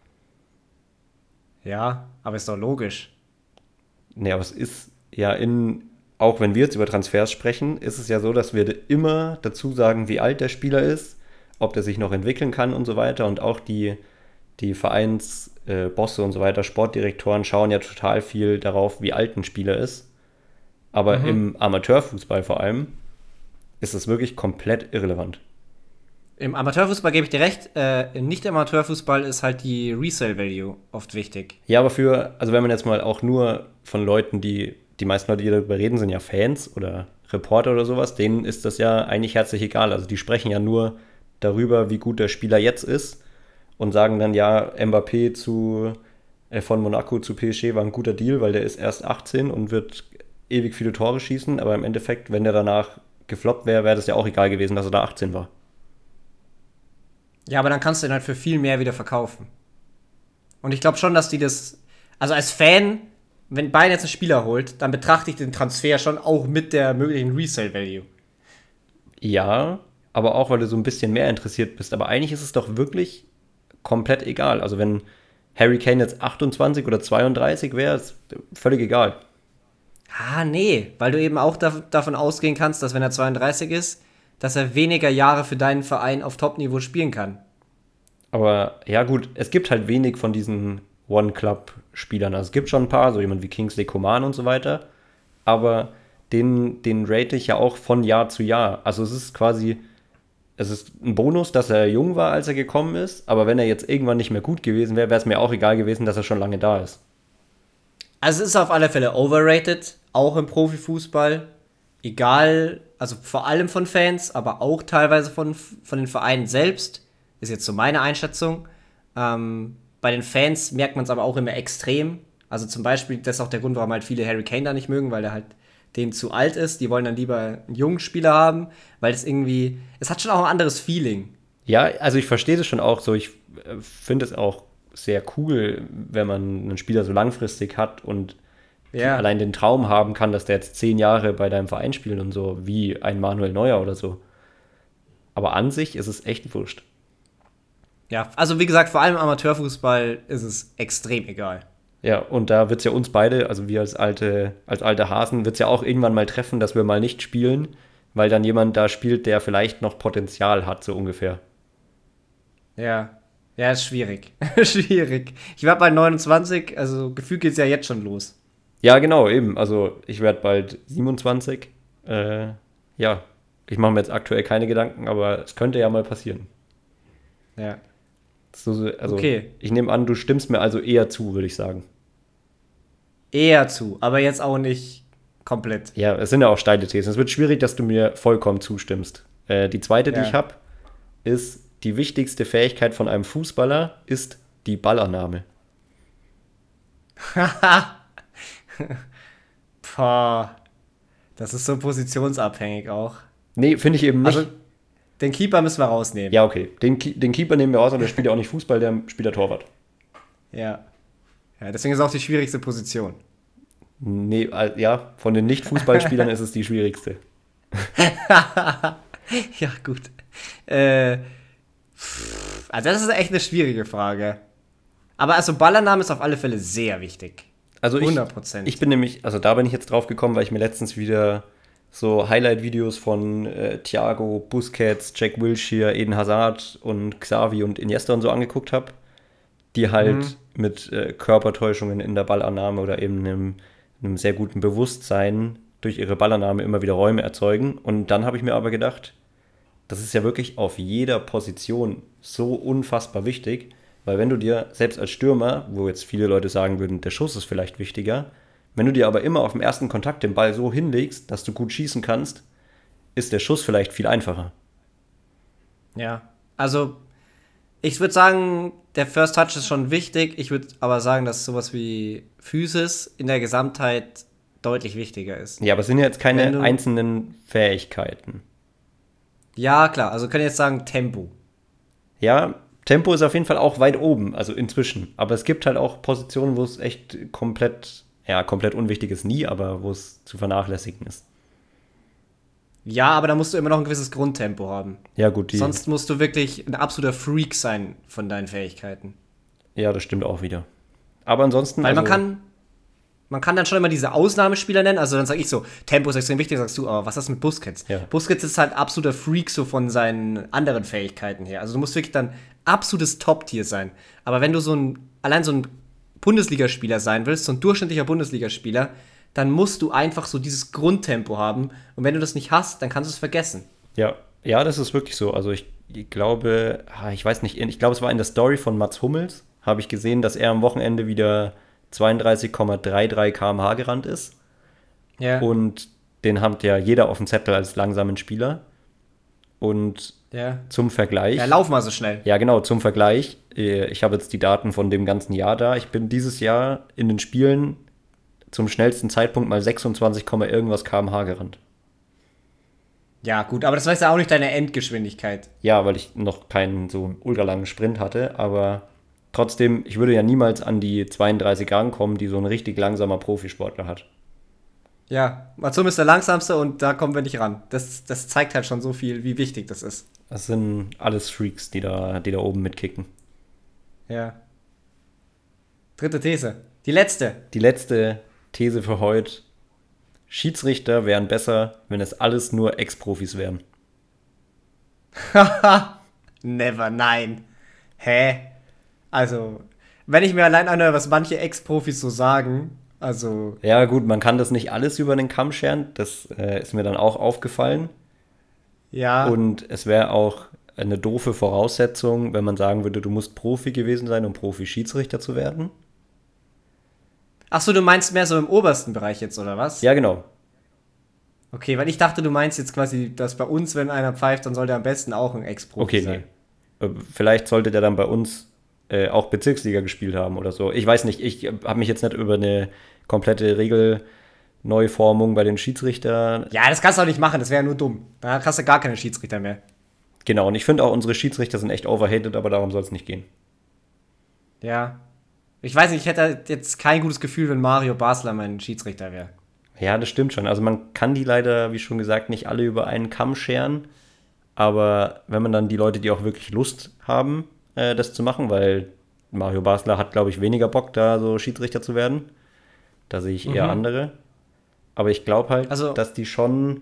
Ja, aber ist doch logisch. Nee, aber es ist ja in, auch wenn wir jetzt über Transfers sprechen, ist es ja so, dass wir immer dazu sagen, wie alt der Spieler ist, ob der sich noch entwickeln kann und so weiter. Und auch die, die Vereinsbosse und so weiter, Sportdirektoren schauen ja total viel darauf, wie alt ein Spieler ist. Aber Mhm. im Amateurfußball vor allem ist es wirklich komplett irrelevant. Im Amateurfußball gebe ich dir recht, äh, im Nicht-Amateurfußball ist halt die Resale-Value oft wichtig. Ja, aber für, also wenn man jetzt mal auch nur von Leuten, die, die meisten Leute, die darüber reden, sind ja Fans oder Reporter oder sowas, denen ist das ja eigentlich herzlich egal. Also die sprechen ja nur darüber, wie gut der Spieler jetzt ist und sagen dann, ja, Mbappé zu, äh, von Monaco zu P S G war ein guter Deal, weil der ist erst achtzehn und wird ewig viele Tore schießen, aber im Endeffekt, wenn der danach gefloppt wäre, wäre das ja auch egal gewesen, dass er da achtzehn war. Ja, aber dann kannst du den halt für viel mehr wieder verkaufen. Und ich glaube schon, dass die das. Also als Fan, wenn Bayern jetzt einen Spieler holt, dann betrachte ich den Transfer schon auch mit der möglichen Resale-Value. Ja, aber auch, weil du so ein bisschen mehr interessiert bist. Aber eigentlich ist es doch wirklich komplett egal. Also wenn Harry Kane jetzt achtundzwanzig oder zweiunddreißig wäre, ist völlig egal. Ah, nee, weil du eben auch dav davon ausgehen kannst, dass wenn er zweiunddreißig ist, dass er weniger Jahre für deinen Verein auf Top-Niveau spielen kann. Aber ja gut, es gibt halt wenig von diesen One-Club-Spielern. Also es gibt schon ein paar, so jemand wie Kingsley Coman und so weiter. Aber den, den rate ich ja auch von Jahr zu Jahr. Also es ist quasi, es ist ein Bonus, dass er jung war, als er gekommen ist. Aber wenn er jetzt irgendwann nicht mehr gut gewesen wäre, wäre es mir auch egal gewesen, dass er schon lange da ist. Also es ist auf alle Fälle overrated, auch im Profifußball. Egal, also vor allem von Fans, aber auch teilweise von, von den Vereinen selbst. Ist jetzt so meine Einschätzung. Ähm, bei den Fans merkt man es aber auch immer extrem. Also zum Beispiel, das ist auch der Grund, warum halt viele Harry Kane da nicht mögen, weil er halt denen zu alt ist. Die wollen dann lieber einen jungen Spieler haben, weil es irgendwie, es hat schon auch ein anderes Feeling. Ja, also ich verstehe das schon auch so. Ich äh, finde es auch sehr cool, wenn man einen Spieler so langfristig hat und Ja. allein den Traum haben kann, dass der jetzt zehn Jahre bei deinem Verein spielt und so, wie ein Manuel Neuer oder so. Aber an sich ist es echt wurscht. Ja, Ja, also wie gesagt, vor allem im Amateurfußball ist es extrem egal. Ja, und da wird es ja uns beide, also wir als alte, als alte Hasen, wird es ja auch irgendwann mal treffen, dass wir mal nicht spielen, weil dann jemand da spielt, der vielleicht noch Potenzial hat, so ungefähr. Ja. Ja, ist schwierig. Schwierig. Ich war bei neunundzwanzig, also gefühlt geht's ja jetzt schon los. Ja, genau, eben. Also ich werde bald siebenundzwanzig. Äh, ja, ich mache mir jetzt aktuell keine Gedanken, aber es könnte ja mal passieren. Ja. So, so- also Okay. ich nehme an, du stimmst mir also eher zu, würde ich sagen. Eher zu, aber jetzt auch nicht komplett. Ja, es sind ja auch steile Thesen. Es wird schwierig, dass du mir vollkommen zustimmst. Äh, die zweite, die ich Ja. habe, ist, die wichtigste Fähigkeit von einem Fußballer ist die Ballannahme. Boah. Das ist so positionsabhängig auch. Nee, finde ich eben nicht. Also, den Keeper müssen wir rausnehmen. Ja, okay. Den, Ki- den Keeper nehmen wir aus, aber der spielt ja auch nicht Fußball, der spielt ja Torwart. Ja. Ja, deswegen ist es auch die schwierigste Position. Nee, äh, ja, von den Nicht-Fußballspielern ist es die schwierigste. Ja, gut. Äh, also, das ist echt eine schwierige Frage. Aber also, Ballername ist auf alle Fälle sehr wichtig. Also ich, hundert Prozent. ich bin nämlich, also da bin ich jetzt drauf gekommen, weil ich mir letztens wieder so Highlight-Videos von äh, Thiago, Busquets, Jack Wilshere, Eden Hazard und Xavi und Iniesta und so angeguckt habe, die halt Mhm. mit äh, Körpertäuschungen in der Ballannahme oder eben einem, einem sehr guten Bewusstsein durch ihre Ballannahme immer wieder Räume erzeugen. Und dann habe ich mir aber gedacht, das ist ja wirklich auf jeder Position so unfassbar wichtig, weil wenn du dir, selbst als Stürmer, wo jetzt viele Leute sagen würden, der Schuss ist vielleicht wichtiger, wenn du dir aber immer auf dem ersten Kontakt den Ball so hinlegst, dass du gut schießen kannst, ist der Schuss vielleicht viel einfacher. Ja. Also, ich würde sagen, der First Touch ist schon wichtig. Ich würde aber sagen, dass sowas wie Physis in der Gesamtheit deutlich wichtiger ist. Ja, aber es sind ja jetzt Wenn keine du- einzelnen Fähigkeiten. Ja, klar. Also, wir können jetzt sagen Tempo. Ja, Tempo ist auf jeden Fall auch weit oben, also inzwischen. Aber es gibt halt auch Positionen, wo es echt komplett, ja, komplett unwichtig ist nie, aber wo es zu vernachlässigen ist. Ja, aber da musst du immer noch ein gewisses Grundtempo haben. Ja, gut, die. Sonst musst du wirklich ein absoluter Freak sein von deinen Fähigkeiten. Ja, das stimmt auch wieder. Aber ansonsten. Weil man also, kann, man kann dann schon immer diese Ausnahmespieler nennen. Also dann sage ich so, Tempo ist extrem wichtig, sagst du, aber was ist das mit Busquets? Ja. Busquets ist halt absoluter Freak so von seinen anderen Fähigkeiten her. Also du musst wirklich dann absolutes Top-Tier sein. Aber wenn du so ein, allein so ein Bundesligaspieler sein willst, so ein durchschnittlicher Bundesligaspieler, dann musst du einfach so dieses Grundtempo haben. Und wenn du das nicht hast, dann kannst du es vergessen. Ja, ja, das ist wirklich so. Also ich, ich glaube, ah, ich weiß nicht, ich glaube, es war in der Story von Mats Hummels, habe ich gesehen, dass er am Wochenende wieder zweiunddreißig Komma dreiunddreißig Kilometer pro Stunde gerannt ist. Ja. Und den hat ja jeder auf dem Zettel als langsamen Spieler. Und ja. zum Vergleich. Ja, lauf mal so schnell. Ja, genau, zum Vergleich. äh, Ich habe jetzt die Daten von dem ganzen Jahr da. Ich bin dieses Jahr in den Spielen zum schnellsten Zeitpunkt mal sechsundzwanzig, Komma irgendwas Kilometer pro Stunde gerannt. Ja, gut, aber das war ja auch nicht deine Endgeschwindigkeit. Ja, weil ich noch keinen so ultralangen Sprint hatte, aber trotzdem, ich würde ja niemals an die zweiunddreißig rankommen, die so ein richtig langsamer Profisportler hat. Ja, Matsum ist der langsamste und da kommen wir nicht ran. Das, das zeigt halt schon so viel, wie wichtig das ist. Das sind alles Freaks, die da, die da oben mitkicken. Ja. Dritte These. Die letzte. Die letzte These für heute. Schiedsrichter wären besser, wenn es alles nur Ex-Profis wären. Never, nein. Hä? Also, wenn ich mir allein anhöre, was manche Ex-Profis so sagen, also, Ja gut, man kann das nicht alles über den Kamm scheren, das äh, ist mir dann auch aufgefallen. ja. Und es wäre auch eine doofe Voraussetzung, wenn man sagen würde, du musst Profi gewesen sein, um Profi-Schiedsrichter zu werden. Achso, du meinst mehr so im obersten Bereich jetzt, oder was? Ja, genau. Okay, weil ich dachte, du meinst jetzt quasi, dass bei uns, wenn einer pfeift, dann soll der am besten auch ein Ex-Profi Okay, sein. nee. Äh, Vielleicht sollte der dann bei uns äh, auch Bezirksliga gespielt haben oder so. Ich weiß nicht, ich äh, habe mich jetzt nicht über eine komplette Regelneuformung bei den Schiedsrichtern. Ja, das kannst du auch nicht machen, das wäre ja nur dumm. Da hast du gar keine Schiedsrichter mehr. Genau, und ich finde auch, unsere Schiedsrichter sind echt overhated, aber darum soll es nicht gehen. Ja. Ich weiß nicht, ich hätte jetzt kein gutes Gefühl, wenn Mario Basler mein Schiedsrichter wäre. Ja, das stimmt schon. Also man kann die leider, wie schon gesagt, nicht alle über einen Kamm scheren. Aber wenn man dann die Leute, die auch wirklich Lust haben, äh, das zu machen, weil Mario Basler hat, glaube ich, weniger Bock, da so Schiedsrichter zu werden. Da sehe ich eher Mhm. andere. Aber ich glaube halt, Also, dass die schon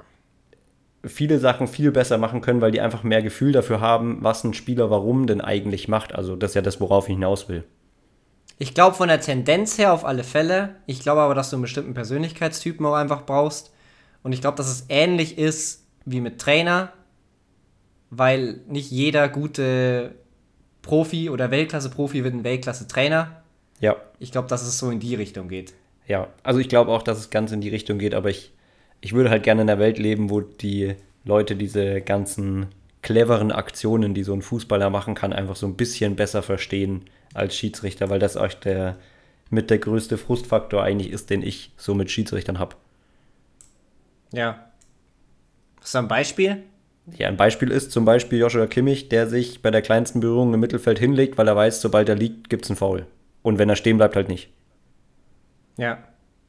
viele Sachen viel besser machen können, weil die einfach mehr Gefühl dafür haben, was ein Spieler warum denn eigentlich macht. Also das ist ja das, worauf ich hinaus will. ich glaube von der Tendenz her auf alle Fälle. Ich glaube aber, dass du einen bestimmten Persönlichkeitstypen auch einfach brauchst. Und ich glaube, dass es ähnlich ist wie mit Trainer, weil nicht jeder gute Profi oder Weltklasse-Profi wird ein Weltklasse-Trainer. Ja, Ich glaube, dass es so in die Richtung geht. ja. Also ich glaube auch, dass es ganz in die Richtung geht, aber ich, ich würde halt gerne in einer Welt leben, wo die Leute diese ganzen cleveren Aktionen, die so ein Fußballer machen kann, einfach so ein bisschen besser verstehen als Schiedsrichter, weil das euch der mit der größte Frustfaktor eigentlich ist, den ich so mit Schiedsrichtern habe. Ja. Hast du ein Beispiel? Ja, ein Beispiel ist zum Beispiel Joshua Kimmich, der sich bei der kleinsten Berührung im Mittelfeld hinlegt, weil er weiß, sobald er liegt, gibt es einen Foul. Und wenn er stehen bleibt, halt nicht. Ja.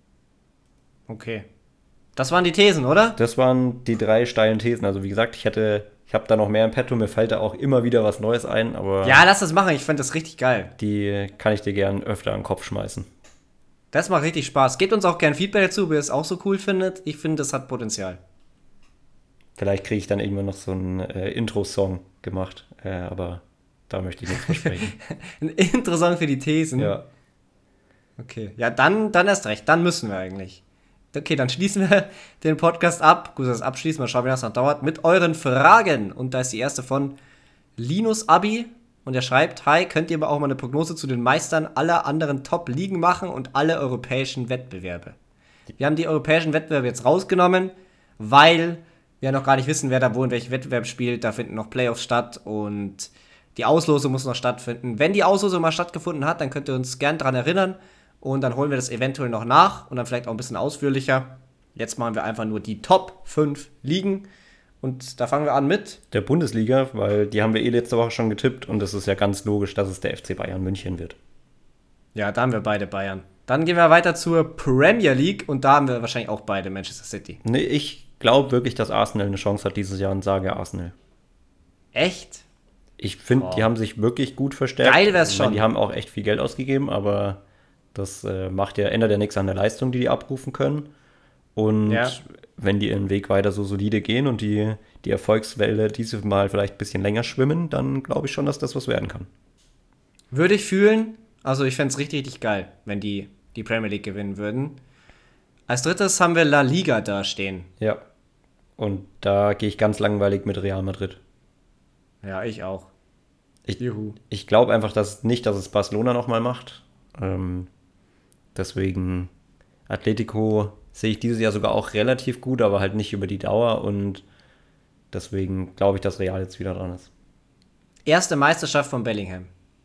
Okay. Das waren die Thesen, oder? Das waren die drei steilen Thesen. Also wie gesagt, ich hätte, ich habe da noch mehr im Petto, mir fällt da auch immer wieder was Neues ein, aber Ja, lass das machen. Ich finde das richtig geil. die kann ich dir gern öfter an den Kopf schmeißen. Das macht richtig Spaß. Gebt uns auch gern Feedback dazu, ob ihr es auch so cool findet. Ich finde, das hat Potenzial. Vielleicht kriege ich dann irgendwann noch so einen äh, Intro-Song gemacht, äh, aber da möchte ich nichts versprechen. Ein Intro-Song für die Thesen. Ja. Okay. Ja, dann, dann erst recht. Dann müssen wir eigentlich. Okay, dann schließen wir den Podcast ab. Gut, das abschließen. Mal schauen, wie das noch dauert. Mit euren Fragen. Und da ist die erste von Linus Abi. Und er schreibt: Hi, könnt ihr aber auch mal eine Prognose zu den Meistern aller anderen Top-Ligen machen und alle europäischen Wettbewerbe? Wir haben die europäischen Wettbewerbe jetzt rausgenommen, weil wir noch gar nicht wissen, wer da wo in welchem Wettbewerb spielt. Da finden noch Playoffs statt und die Auslosung muss noch stattfinden. Wenn die Auslosung mal stattgefunden hat, dann könnt ihr uns gern daran erinnern und dann holen wir das eventuell noch nach und dann vielleicht auch ein bisschen ausführlicher. Jetzt machen wir einfach nur die Top fünf Ligen und da fangen wir an mit. Der Bundesliga, weil die haben wir eh letzte Woche schon getippt und es ist ja ganz logisch, dass es der F C Bayern München wird. Ja, da haben wir beide Bayern. Dann gehen wir weiter zur Premier League und da haben wir wahrscheinlich auch beide Manchester City. Nee, ich glaube wirklich, dass Arsenal eine Chance hat dieses Jahr und sage Arsenal. Echt? Ich finde, Oh. die haben sich wirklich gut verstärkt. Geil wär's Ich meine, schon. Die haben auch echt viel Geld ausgegeben, aber das äh, macht ja, ändert ja nichts an der Leistung, die die abrufen können. Und Ja. wenn die ihren Weg weiter so solide gehen und die, die Erfolgswelle dieses Mal vielleicht ein bisschen länger schwimmen, dann glaube ich schon, dass das was werden kann. Würde ich fühlen. Also ich fände es richtig, richtig geil, wenn die die Premier League gewinnen würden. Als drittes haben wir La Liga da stehen. Ja. Und da gehe ich ganz langweilig mit Real Madrid. Ja, ich auch. Ich, Juhu. ich glaube einfach dass nicht, dass es Barcelona nochmal macht. Ähm, deswegen Atletico sehe ich dieses Jahr sogar auch relativ gut, aber halt nicht über die Dauer. Und deswegen glaube ich, dass Real jetzt wieder dran ist. Erste Meisterschaft von Bellingham.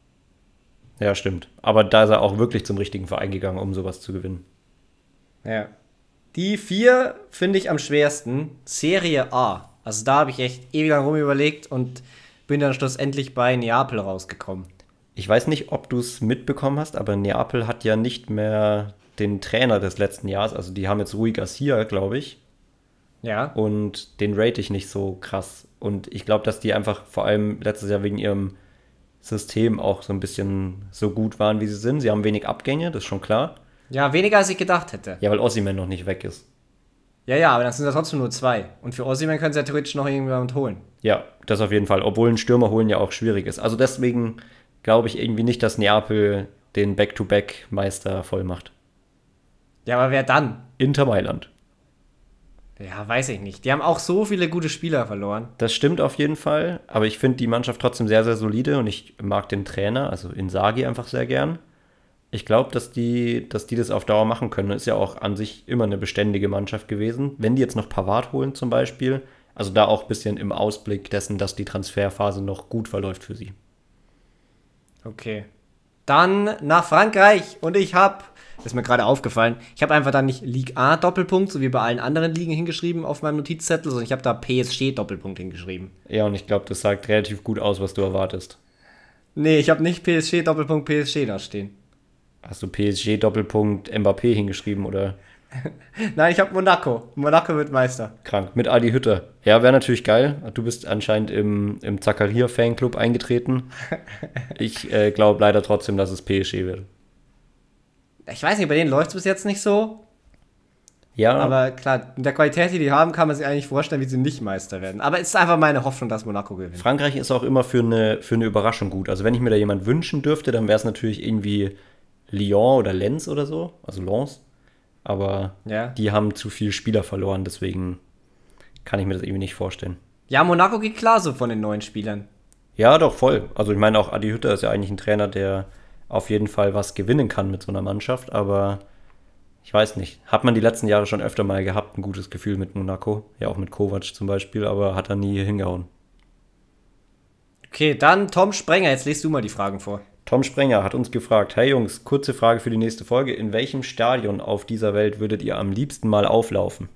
Ja, stimmt. Aber da ist er auch wirklich zum richtigen Verein gegangen, um sowas zu gewinnen. Ja. Die vier finde ich am schwersten. Serie A. Also da habe ich echt ewig lang rum überlegt und bin dann schlussendlich bei Neapel rausgekommen. Ich weiß nicht, ob du es mitbekommen hast, aber Neapel hat ja nicht mehr den Trainer des letzten Jahres. Also die haben jetzt Rui Garcia, glaube ich. Ja. Und den rate ich nicht so krass. Und ich glaube, dass die einfach vor allem letztes Jahr wegen ihrem System auch so ein bisschen so gut waren, wie sie sind. Sie haben wenig Abgänge, das ist schon klar. Ja, weniger als ich gedacht hätte. Ja, weil Osimhen noch nicht weg ist. Ja, ja, aber dann sind da trotzdem nur zwei. Und für Osimhen können sie ja theoretisch noch irgendjemand holen. Ja, das auf jeden Fall. Obwohl ein Stürmer holen ja auch schwierig ist. Also deswegen glaube ich irgendwie nicht, dass Neapel den Back-to-Back-Meister voll macht. Ja, aber wer dann? Inter Mailand. Ja, weiß ich nicht. Die haben auch so viele gute Spieler verloren. Das stimmt auf jeden Fall, aber ich finde die Mannschaft trotzdem sehr, sehr solide und ich mag den Trainer, also Inzaghi, einfach sehr gern. Ich glaube, dass die, dass die das auf Dauer machen können. Ist ja auch an sich immer eine beständige Mannschaft gewesen. Wenn die jetzt noch Pavard holen zum Beispiel, also da auch ein bisschen im Ausblick dessen, dass die Transferphase noch gut verläuft für sie. Okay. Dann nach Frankreich und ich habe, das ist mir gerade aufgefallen, ich habe einfach dann nicht Ligue eins Doppelpunkt, so wie bei allen anderen Ligen hingeschrieben auf meinem Notizzettel, sondern ich habe da P S G Doppelpunkt hingeschrieben. Ja, und ich glaube, das sagt relativ gut aus, was du erwartest. Nee, ich habe nicht P S G Doppelpunkt P S G da stehen. Hast du P S G Doppelpunkt Mbappé hingeschrieben oder? Nein, ich habe Monaco. Monaco wird Meister. Krank. Mit Adi Hütter. Ja, wäre natürlich geil. Du bist anscheinend im, im Zakaria-Fanclub eingetreten. Ich äh, glaube leider trotzdem, dass es P S G wird. Ich weiß nicht, bei denen läuft es bis jetzt nicht so. Ja, Aber klar, mit der Qualität, die die haben, kann man sich eigentlich vorstellen, wie sie nicht Meister werden. Aber es ist einfach meine Hoffnung, dass Monaco gewinnt. Frankreich ist auch immer für eine, für eine Überraschung gut. Also wenn ich mir da jemand wünschen dürfte, dann wäre es natürlich irgendwie Lyon oder Lens oder so. Also Lens. Aber Ja. die haben zu viele Spieler verloren, deswegen kann ich mir das irgendwie nicht vorstellen. Ja, Monaco geht klar so von den neuen Spielern. Ja, doch, voll. Also ich meine, auch Adi Hütter ist ja eigentlich ein Trainer, der auf jeden Fall was gewinnen kann mit so einer Mannschaft, aber ich weiß nicht. Hat man die letzten Jahre schon öfter mal gehabt, ein gutes Gefühl mit Monaco. Ja, auch mit Kovac zum Beispiel, aber hat er nie hingehauen. Okay, dann Tom Sprenger, jetzt lest du mal die Fragen vor. Tom Sprenger hat uns gefragt, hey Jungs, kurze Frage für die nächste Folge. In welchem Stadion auf dieser Welt würdet ihr am liebsten mal auflaufen?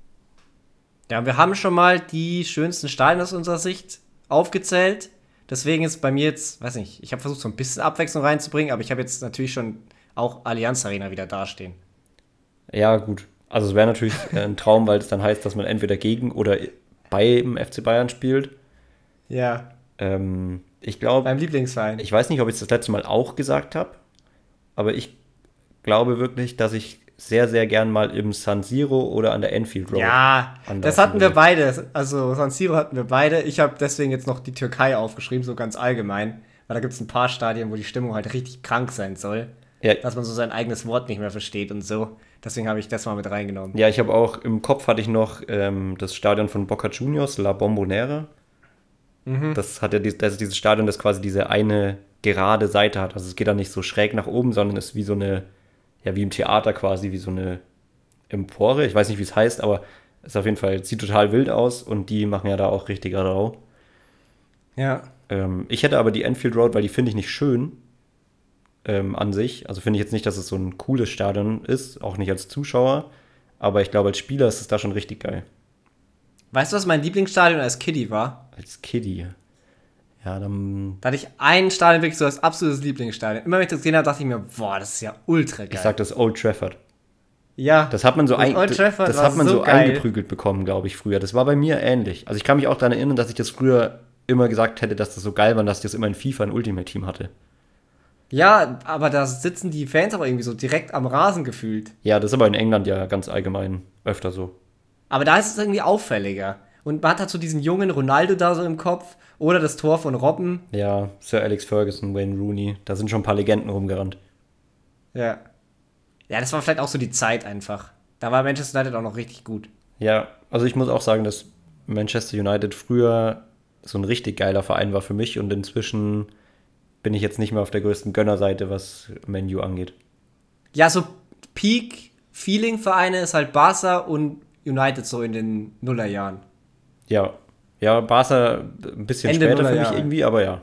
Ja, wir haben schon mal die schönsten Stadien aus unserer Sicht aufgezählt. Deswegen ist bei mir jetzt, weiß nicht, ich habe versucht, so ein bisschen Abwechslung reinzubringen, aber ich habe jetzt natürlich schon auch Allianz Arena wieder dastehen. Ja, gut. Also es wäre natürlich ein Traum, weil es dann heißt, dass man entweder gegen oder beim F C Bayern spielt. Ja, Ähm, ich glaube, beim Lieblingsverein. ich weiß nicht, ob ich es das letzte Mal auch gesagt habe, aber ich glaube wirklich, dass ich sehr, sehr gern mal im San Siro oder an der Enfield Road Ja, anlaufen das hatten wir würde. beide. Also San Siro hatten wir beide. Ich habe deswegen jetzt noch die Türkei aufgeschrieben, so ganz allgemein. Weil da gibt es ein paar Stadien, wo die Stimmung halt richtig krank sein soll. Ja, Dass man so sein eigenes Wort nicht mehr versteht und so. Deswegen habe ich das mal mit reingenommen. ja, ich habe auch im Kopf hatte ich noch ähm, das Stadion von Boca Juniors, La Bombonera. Mhm. Das hat ja die- das ist dieses Stadion, das quasi diese eine gerade Seite hat. Also es geht da nicht so schräg nach oben, sondern ist wie so eine, ja, wie im Theater quasi, wie so eine Empore. Ich weiß nicht, wie es heißt, aber es ist auf jeden Fall, sieht total wild aus und die machen ja da auch richtig Radau. Ja. Ähm, ich hätte aber die Enfield Road, weil die finde ich nicht schön ähm, an sich. Also finde ich jetzt nicht, dass es so ein cooles Stadion ist, auch nicht als Zuschauer. Aber ich glaube, als Spieler ist es da schon richtig geil. Weißt du, was mein Lieblingsstadion als Kiddie war? Als Kiddie. Ja, dann. Da hatte ich ein Stadion wirklich so als absolutes Lieblingsstadion. Immer wenn ich das gesehen habe, dachte ich mir, boah, das ist ja ultra geil. Ich sag das Old Trafford. ja, Das hat man so, Das ein, Old Trafford das war hat man so so geil. eingeprügelt bekommen, glaube ich, früher. Das war bei mir ähnlich. Also ich kann mich auch daran erinnern, dass ich das früher immer gesagt hätte, dass das so geil war, dass ich das immer in FIFA ein Ultimate Team hatte. ja, aber da sitzen die Fans aber irgendwie so direkt am Rasen gefühlt. Ja, das ist aber in England ja ganz allgemein öfter so. Aber da ist es irgendwie auffälliger. Und man hat halt so diesen jungen Ronaldo da so im Kopf. Oder das Tor von Robben. Ja, Sir Alex Ferguson, Wayne Rooney, da sind schon ein paar Legenden rumgerannt. Ja. Ja, das war vielleicht auch so die Zeit einfach. Da war Manchester United auch noch richtig gut. Ja, also ich muss auch sagen, dass Manchester United früher so ein richtig geiler Verein war für mich und inzwischen bin ich jetzt nicht mehr auf der größten Gönnerseite, was Man U angeht. Ja, so Peak-Feeling-Vereine ist halt Barca und United so in den Nullerjahren. Ja, ja, Barca ein bisschen Ende später für mich Nullerjahre. irgendwie, aber ja.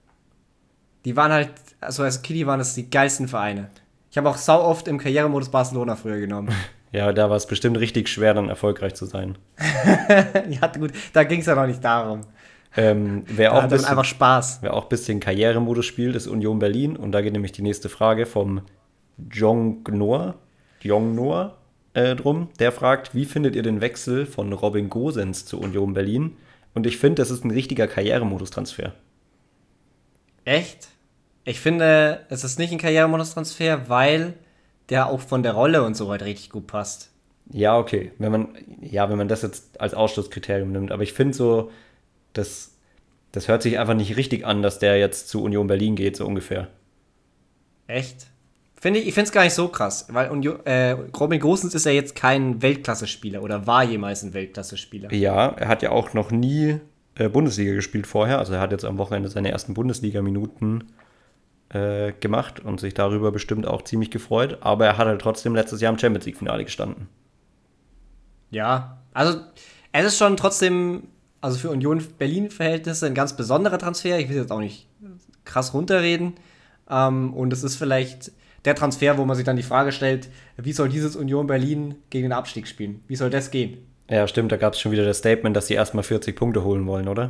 Die waren halt, also als Kiddie waren das die geilsten Vereine. Ich habe auch sau oft im Karrieremodus Barcelona früher genommen. Ja, da war es bestimmt richtig schwer, dann erfolgreich zu sein. ja, gut, da ging es ja noch nicht darum. Ähm, wer, Da auch ein hatte man bisschen, einfach Spaß. wer auch ein bisschen Karrieremodus spielt, ist Union Berlin. Und da geht nämlich die nächste Frage vom Jong-Noah Jong-Noah äh, drum. Der fragt, wie findet ihr den Wechsel von Robin Gosens zu Union Berlin? Und ich finde, das ist ein richtiger Karrieremodus-Transfer. Echt? Ich finde, es ist nicht ein Karrieremodus-Transfer, weil der auch von der Rolle und so halt richtig gut passt. Ja, okay. Wenn man, ja, wenn man das jetzt als Ausschlusskriterium nimmt. Aber ich finde so, das, das hört sich einfach nicht richtig an, dass der jetzt zu Union Berlin geht, so ungefähr. Echt? Finde ich, ich finde es gar nicht so krass, weil Union, äh, Robin Gosens ist ja jetzt kein Weltklasse-Spieler oder war jemals ein Weltklasse-Spieler. Ja, er hat ja auch noch nie äh, Bundesliga gespielt vorher. Also er hat jetzt am Wochenende seine ersten Bundesliga-Minuten äh, gemacht und sich darüber bestimmt auch ziemlich gefreut. Aber er hat halt trotzdem letztes Jahr im Champions League-Finale gestanden. Ja, also es ist schon trotzdem, also für Union Berlin-Verhältnisse ein ganz besonderer Transfer. Ich will jetzt auch nicht krass runterreden. Ähm, und es ist vielleicht der Transfer, wo man sich dann die Frage stellt, wie soll dieses Union Berlin gegen den Abstieg spielen? Wie soll das gehen? Ja, stimmt, da gab es schon wieder das Statement, dass sie erstmal vierzig Punkte holen wollen, oder?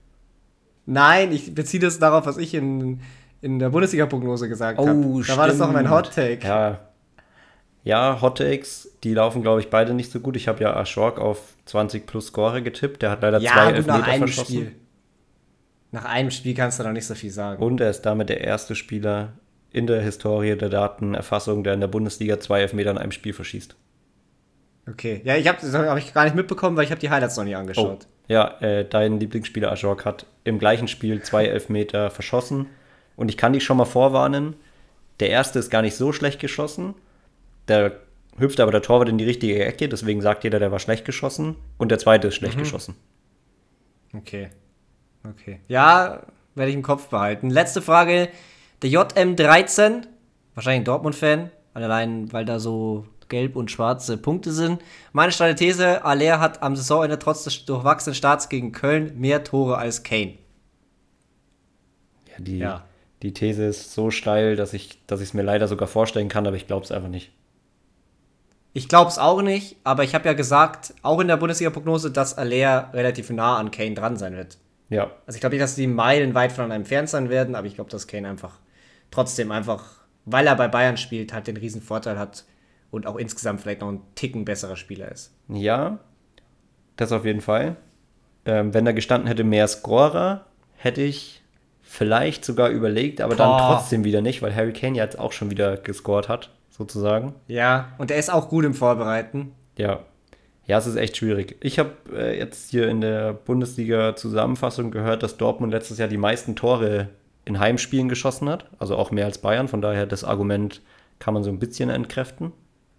Nein, ich beziehe das darauf, was ich in, in der Bundesliga-Prognose gesagt habe. Da war das doch mein Hot-Take. Ja, Ja, Hot Takes, die laufen, glaube ich, beide nicht so gut. Ich habe ja Ashok auf zwanzig plus Score getippt. Der hat leider Ja, zwei gut, nach Elfmeter einem verschossen. Spiel. Nach einem Spiel kannst du noch nicht so viel sagen. Und er ist damit der erste Spieler in der Historie der Datenerfassung, der in der Bundesliga zwei Elfmeter in einem Spiel verschießt. Okay. Ja, ich habe das habe ich gar nicht mitbekommen, weil ich habe die Highlights noch nie angeschaut. Oh. Ja, äh, dein Lieblingsspieler Ashok hat im gleichen Spiel zwei Elfmeter verschossen. Und ich kann dich schon mal vorwarnen, der erste ist gar nicht so schlecht geschossen. Der hüpft aber der Torwart in die richtige Ecke, deswegen sagt jeder, der war schlecht geschossen. Und der zweite ist schlecht Mhm. geschossen. Okay. Okay. Ja, werde ich im Kopf behalten. Letzte Frage. Der J M dreizehn, wahrscheinlich ein Dortmund-Fan, allein weil da so gelb und schwarze Punkte sind. Meine steile These, Aller hat am Saisonende trotz des durchwachsenen Starts gegen Köln mehr Tore als Kane. Ja, die, Ja. die These ist so steil, dass ich dass ich es mir leider sogar vorstellen kann, aber ich glaube es einfach nicht. Ich glaube es auch nicht, aber ich habe ja gesagt, auch in der Bundesliga-Prognose, dass Aller relativ nah an Kane dran sein wird. Ja, Also ich glaube nicht, dass die meilenweit von einem entfernt sein werden, aber ich glaube, dass Kane einfach trotzdem einfach, weil er bei Bayern spielt, halt den riesen Vorteil hat und auch insgesamt vielleicht noch ein Ticken besserer Spieler ist. ja, das auf jeden Fall. Ähm, wenn da gestanden hätte mehr Scorer, hätte ich vielleicht sogar überlegt, aber dann Boah. trotzdem wieder nicht, weil Harry Kane ja jetzt auch schon wieder gescored hat, sozusagen. Ja, und er ist auch gut im Vorbereiten. Ja. Ja, es ist echt schwierig. Ich habe äh, jetzt hier in der Bundesliga-Zusammenfassung gehört, dass Dortmund letztes Jahr die meisten Tore in Heimspielen geschossen hat. Also auch mehr als Bayern. Von daher das Argument kann man so ein bisschen entkräften.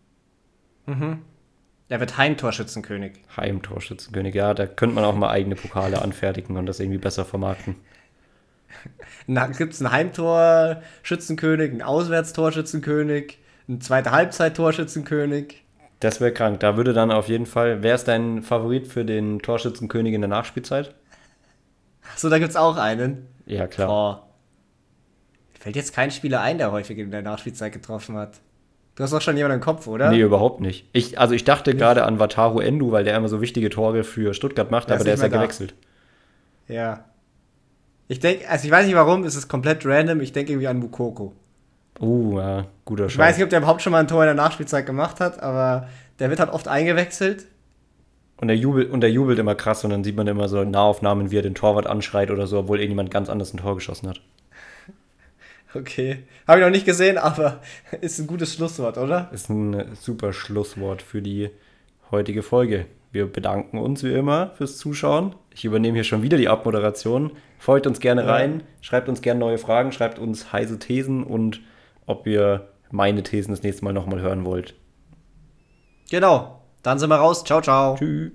Er wird Heimtorschützenkönig. Heimtorschützenkönig, ja, da könnte man auch mal eigene Pokale anfertigen und das irgendwie besser vermarkten. Gibt es einen Heimtorschützenkönig, einen Auswärtstorschützenkönig, einen zweite Halbzeit-Torschützenkönig? Das wäre krank. Da würde dann auf jeden Fall. Wer ist dein Favorit für den Torschützenkönig in der Nachspielzeit? Achso, da gibt es auch einen. Ja, klar. Boah. Fällt jetzt kein Spieler ein, der häufig in der Nachspielzeit getroffen hat. Du hast doch schon jemanden im Kopf, oder? Nee, überhaupt nicht. Ich, also ich dachte gerade an Wataru Endo, weil der immer so wichtige Tore für Stuttgart macht, Der aber ist der ist ja nicht mehr da. gewechselt. Ja. Ich denke, also ich weiß nicht warum, es ist komplett random. Ich denke irgendwie an Mukoko. Uh, ja, guter Ich Schau. weiß nicht, ob der überhaupt schon mal ein Tor in der Nachspielzeit gemacht hat, aber der wird halt oft eingewechselt. Und der jubelt, und der jubelt immer krass und dann sieht man immer so Nahaufnahmen, wie er den Torwart anschreit oder so, obwohl irgendjemand ganz anders ein Tor geschossen hat. Okay. Habe ich noch nicht gesehen, aber ist ein gutes Schlusswort, oder? Ist ein super Schlusswort für die heutige Folge. Wir bedanken uns wie immer fürs Zuschauen. Ich übernehme hier schon wieder die Abmoderation. Folgt uns gerne Ja. rein, schreibt uns gerne neue Fragen, schreibt uns heiße Thesen und ob ihr meine Thesen das nächste Mal nochmal hören wollt. Genau. Dann sind wir raus. Ciao, ciao. Tschüss.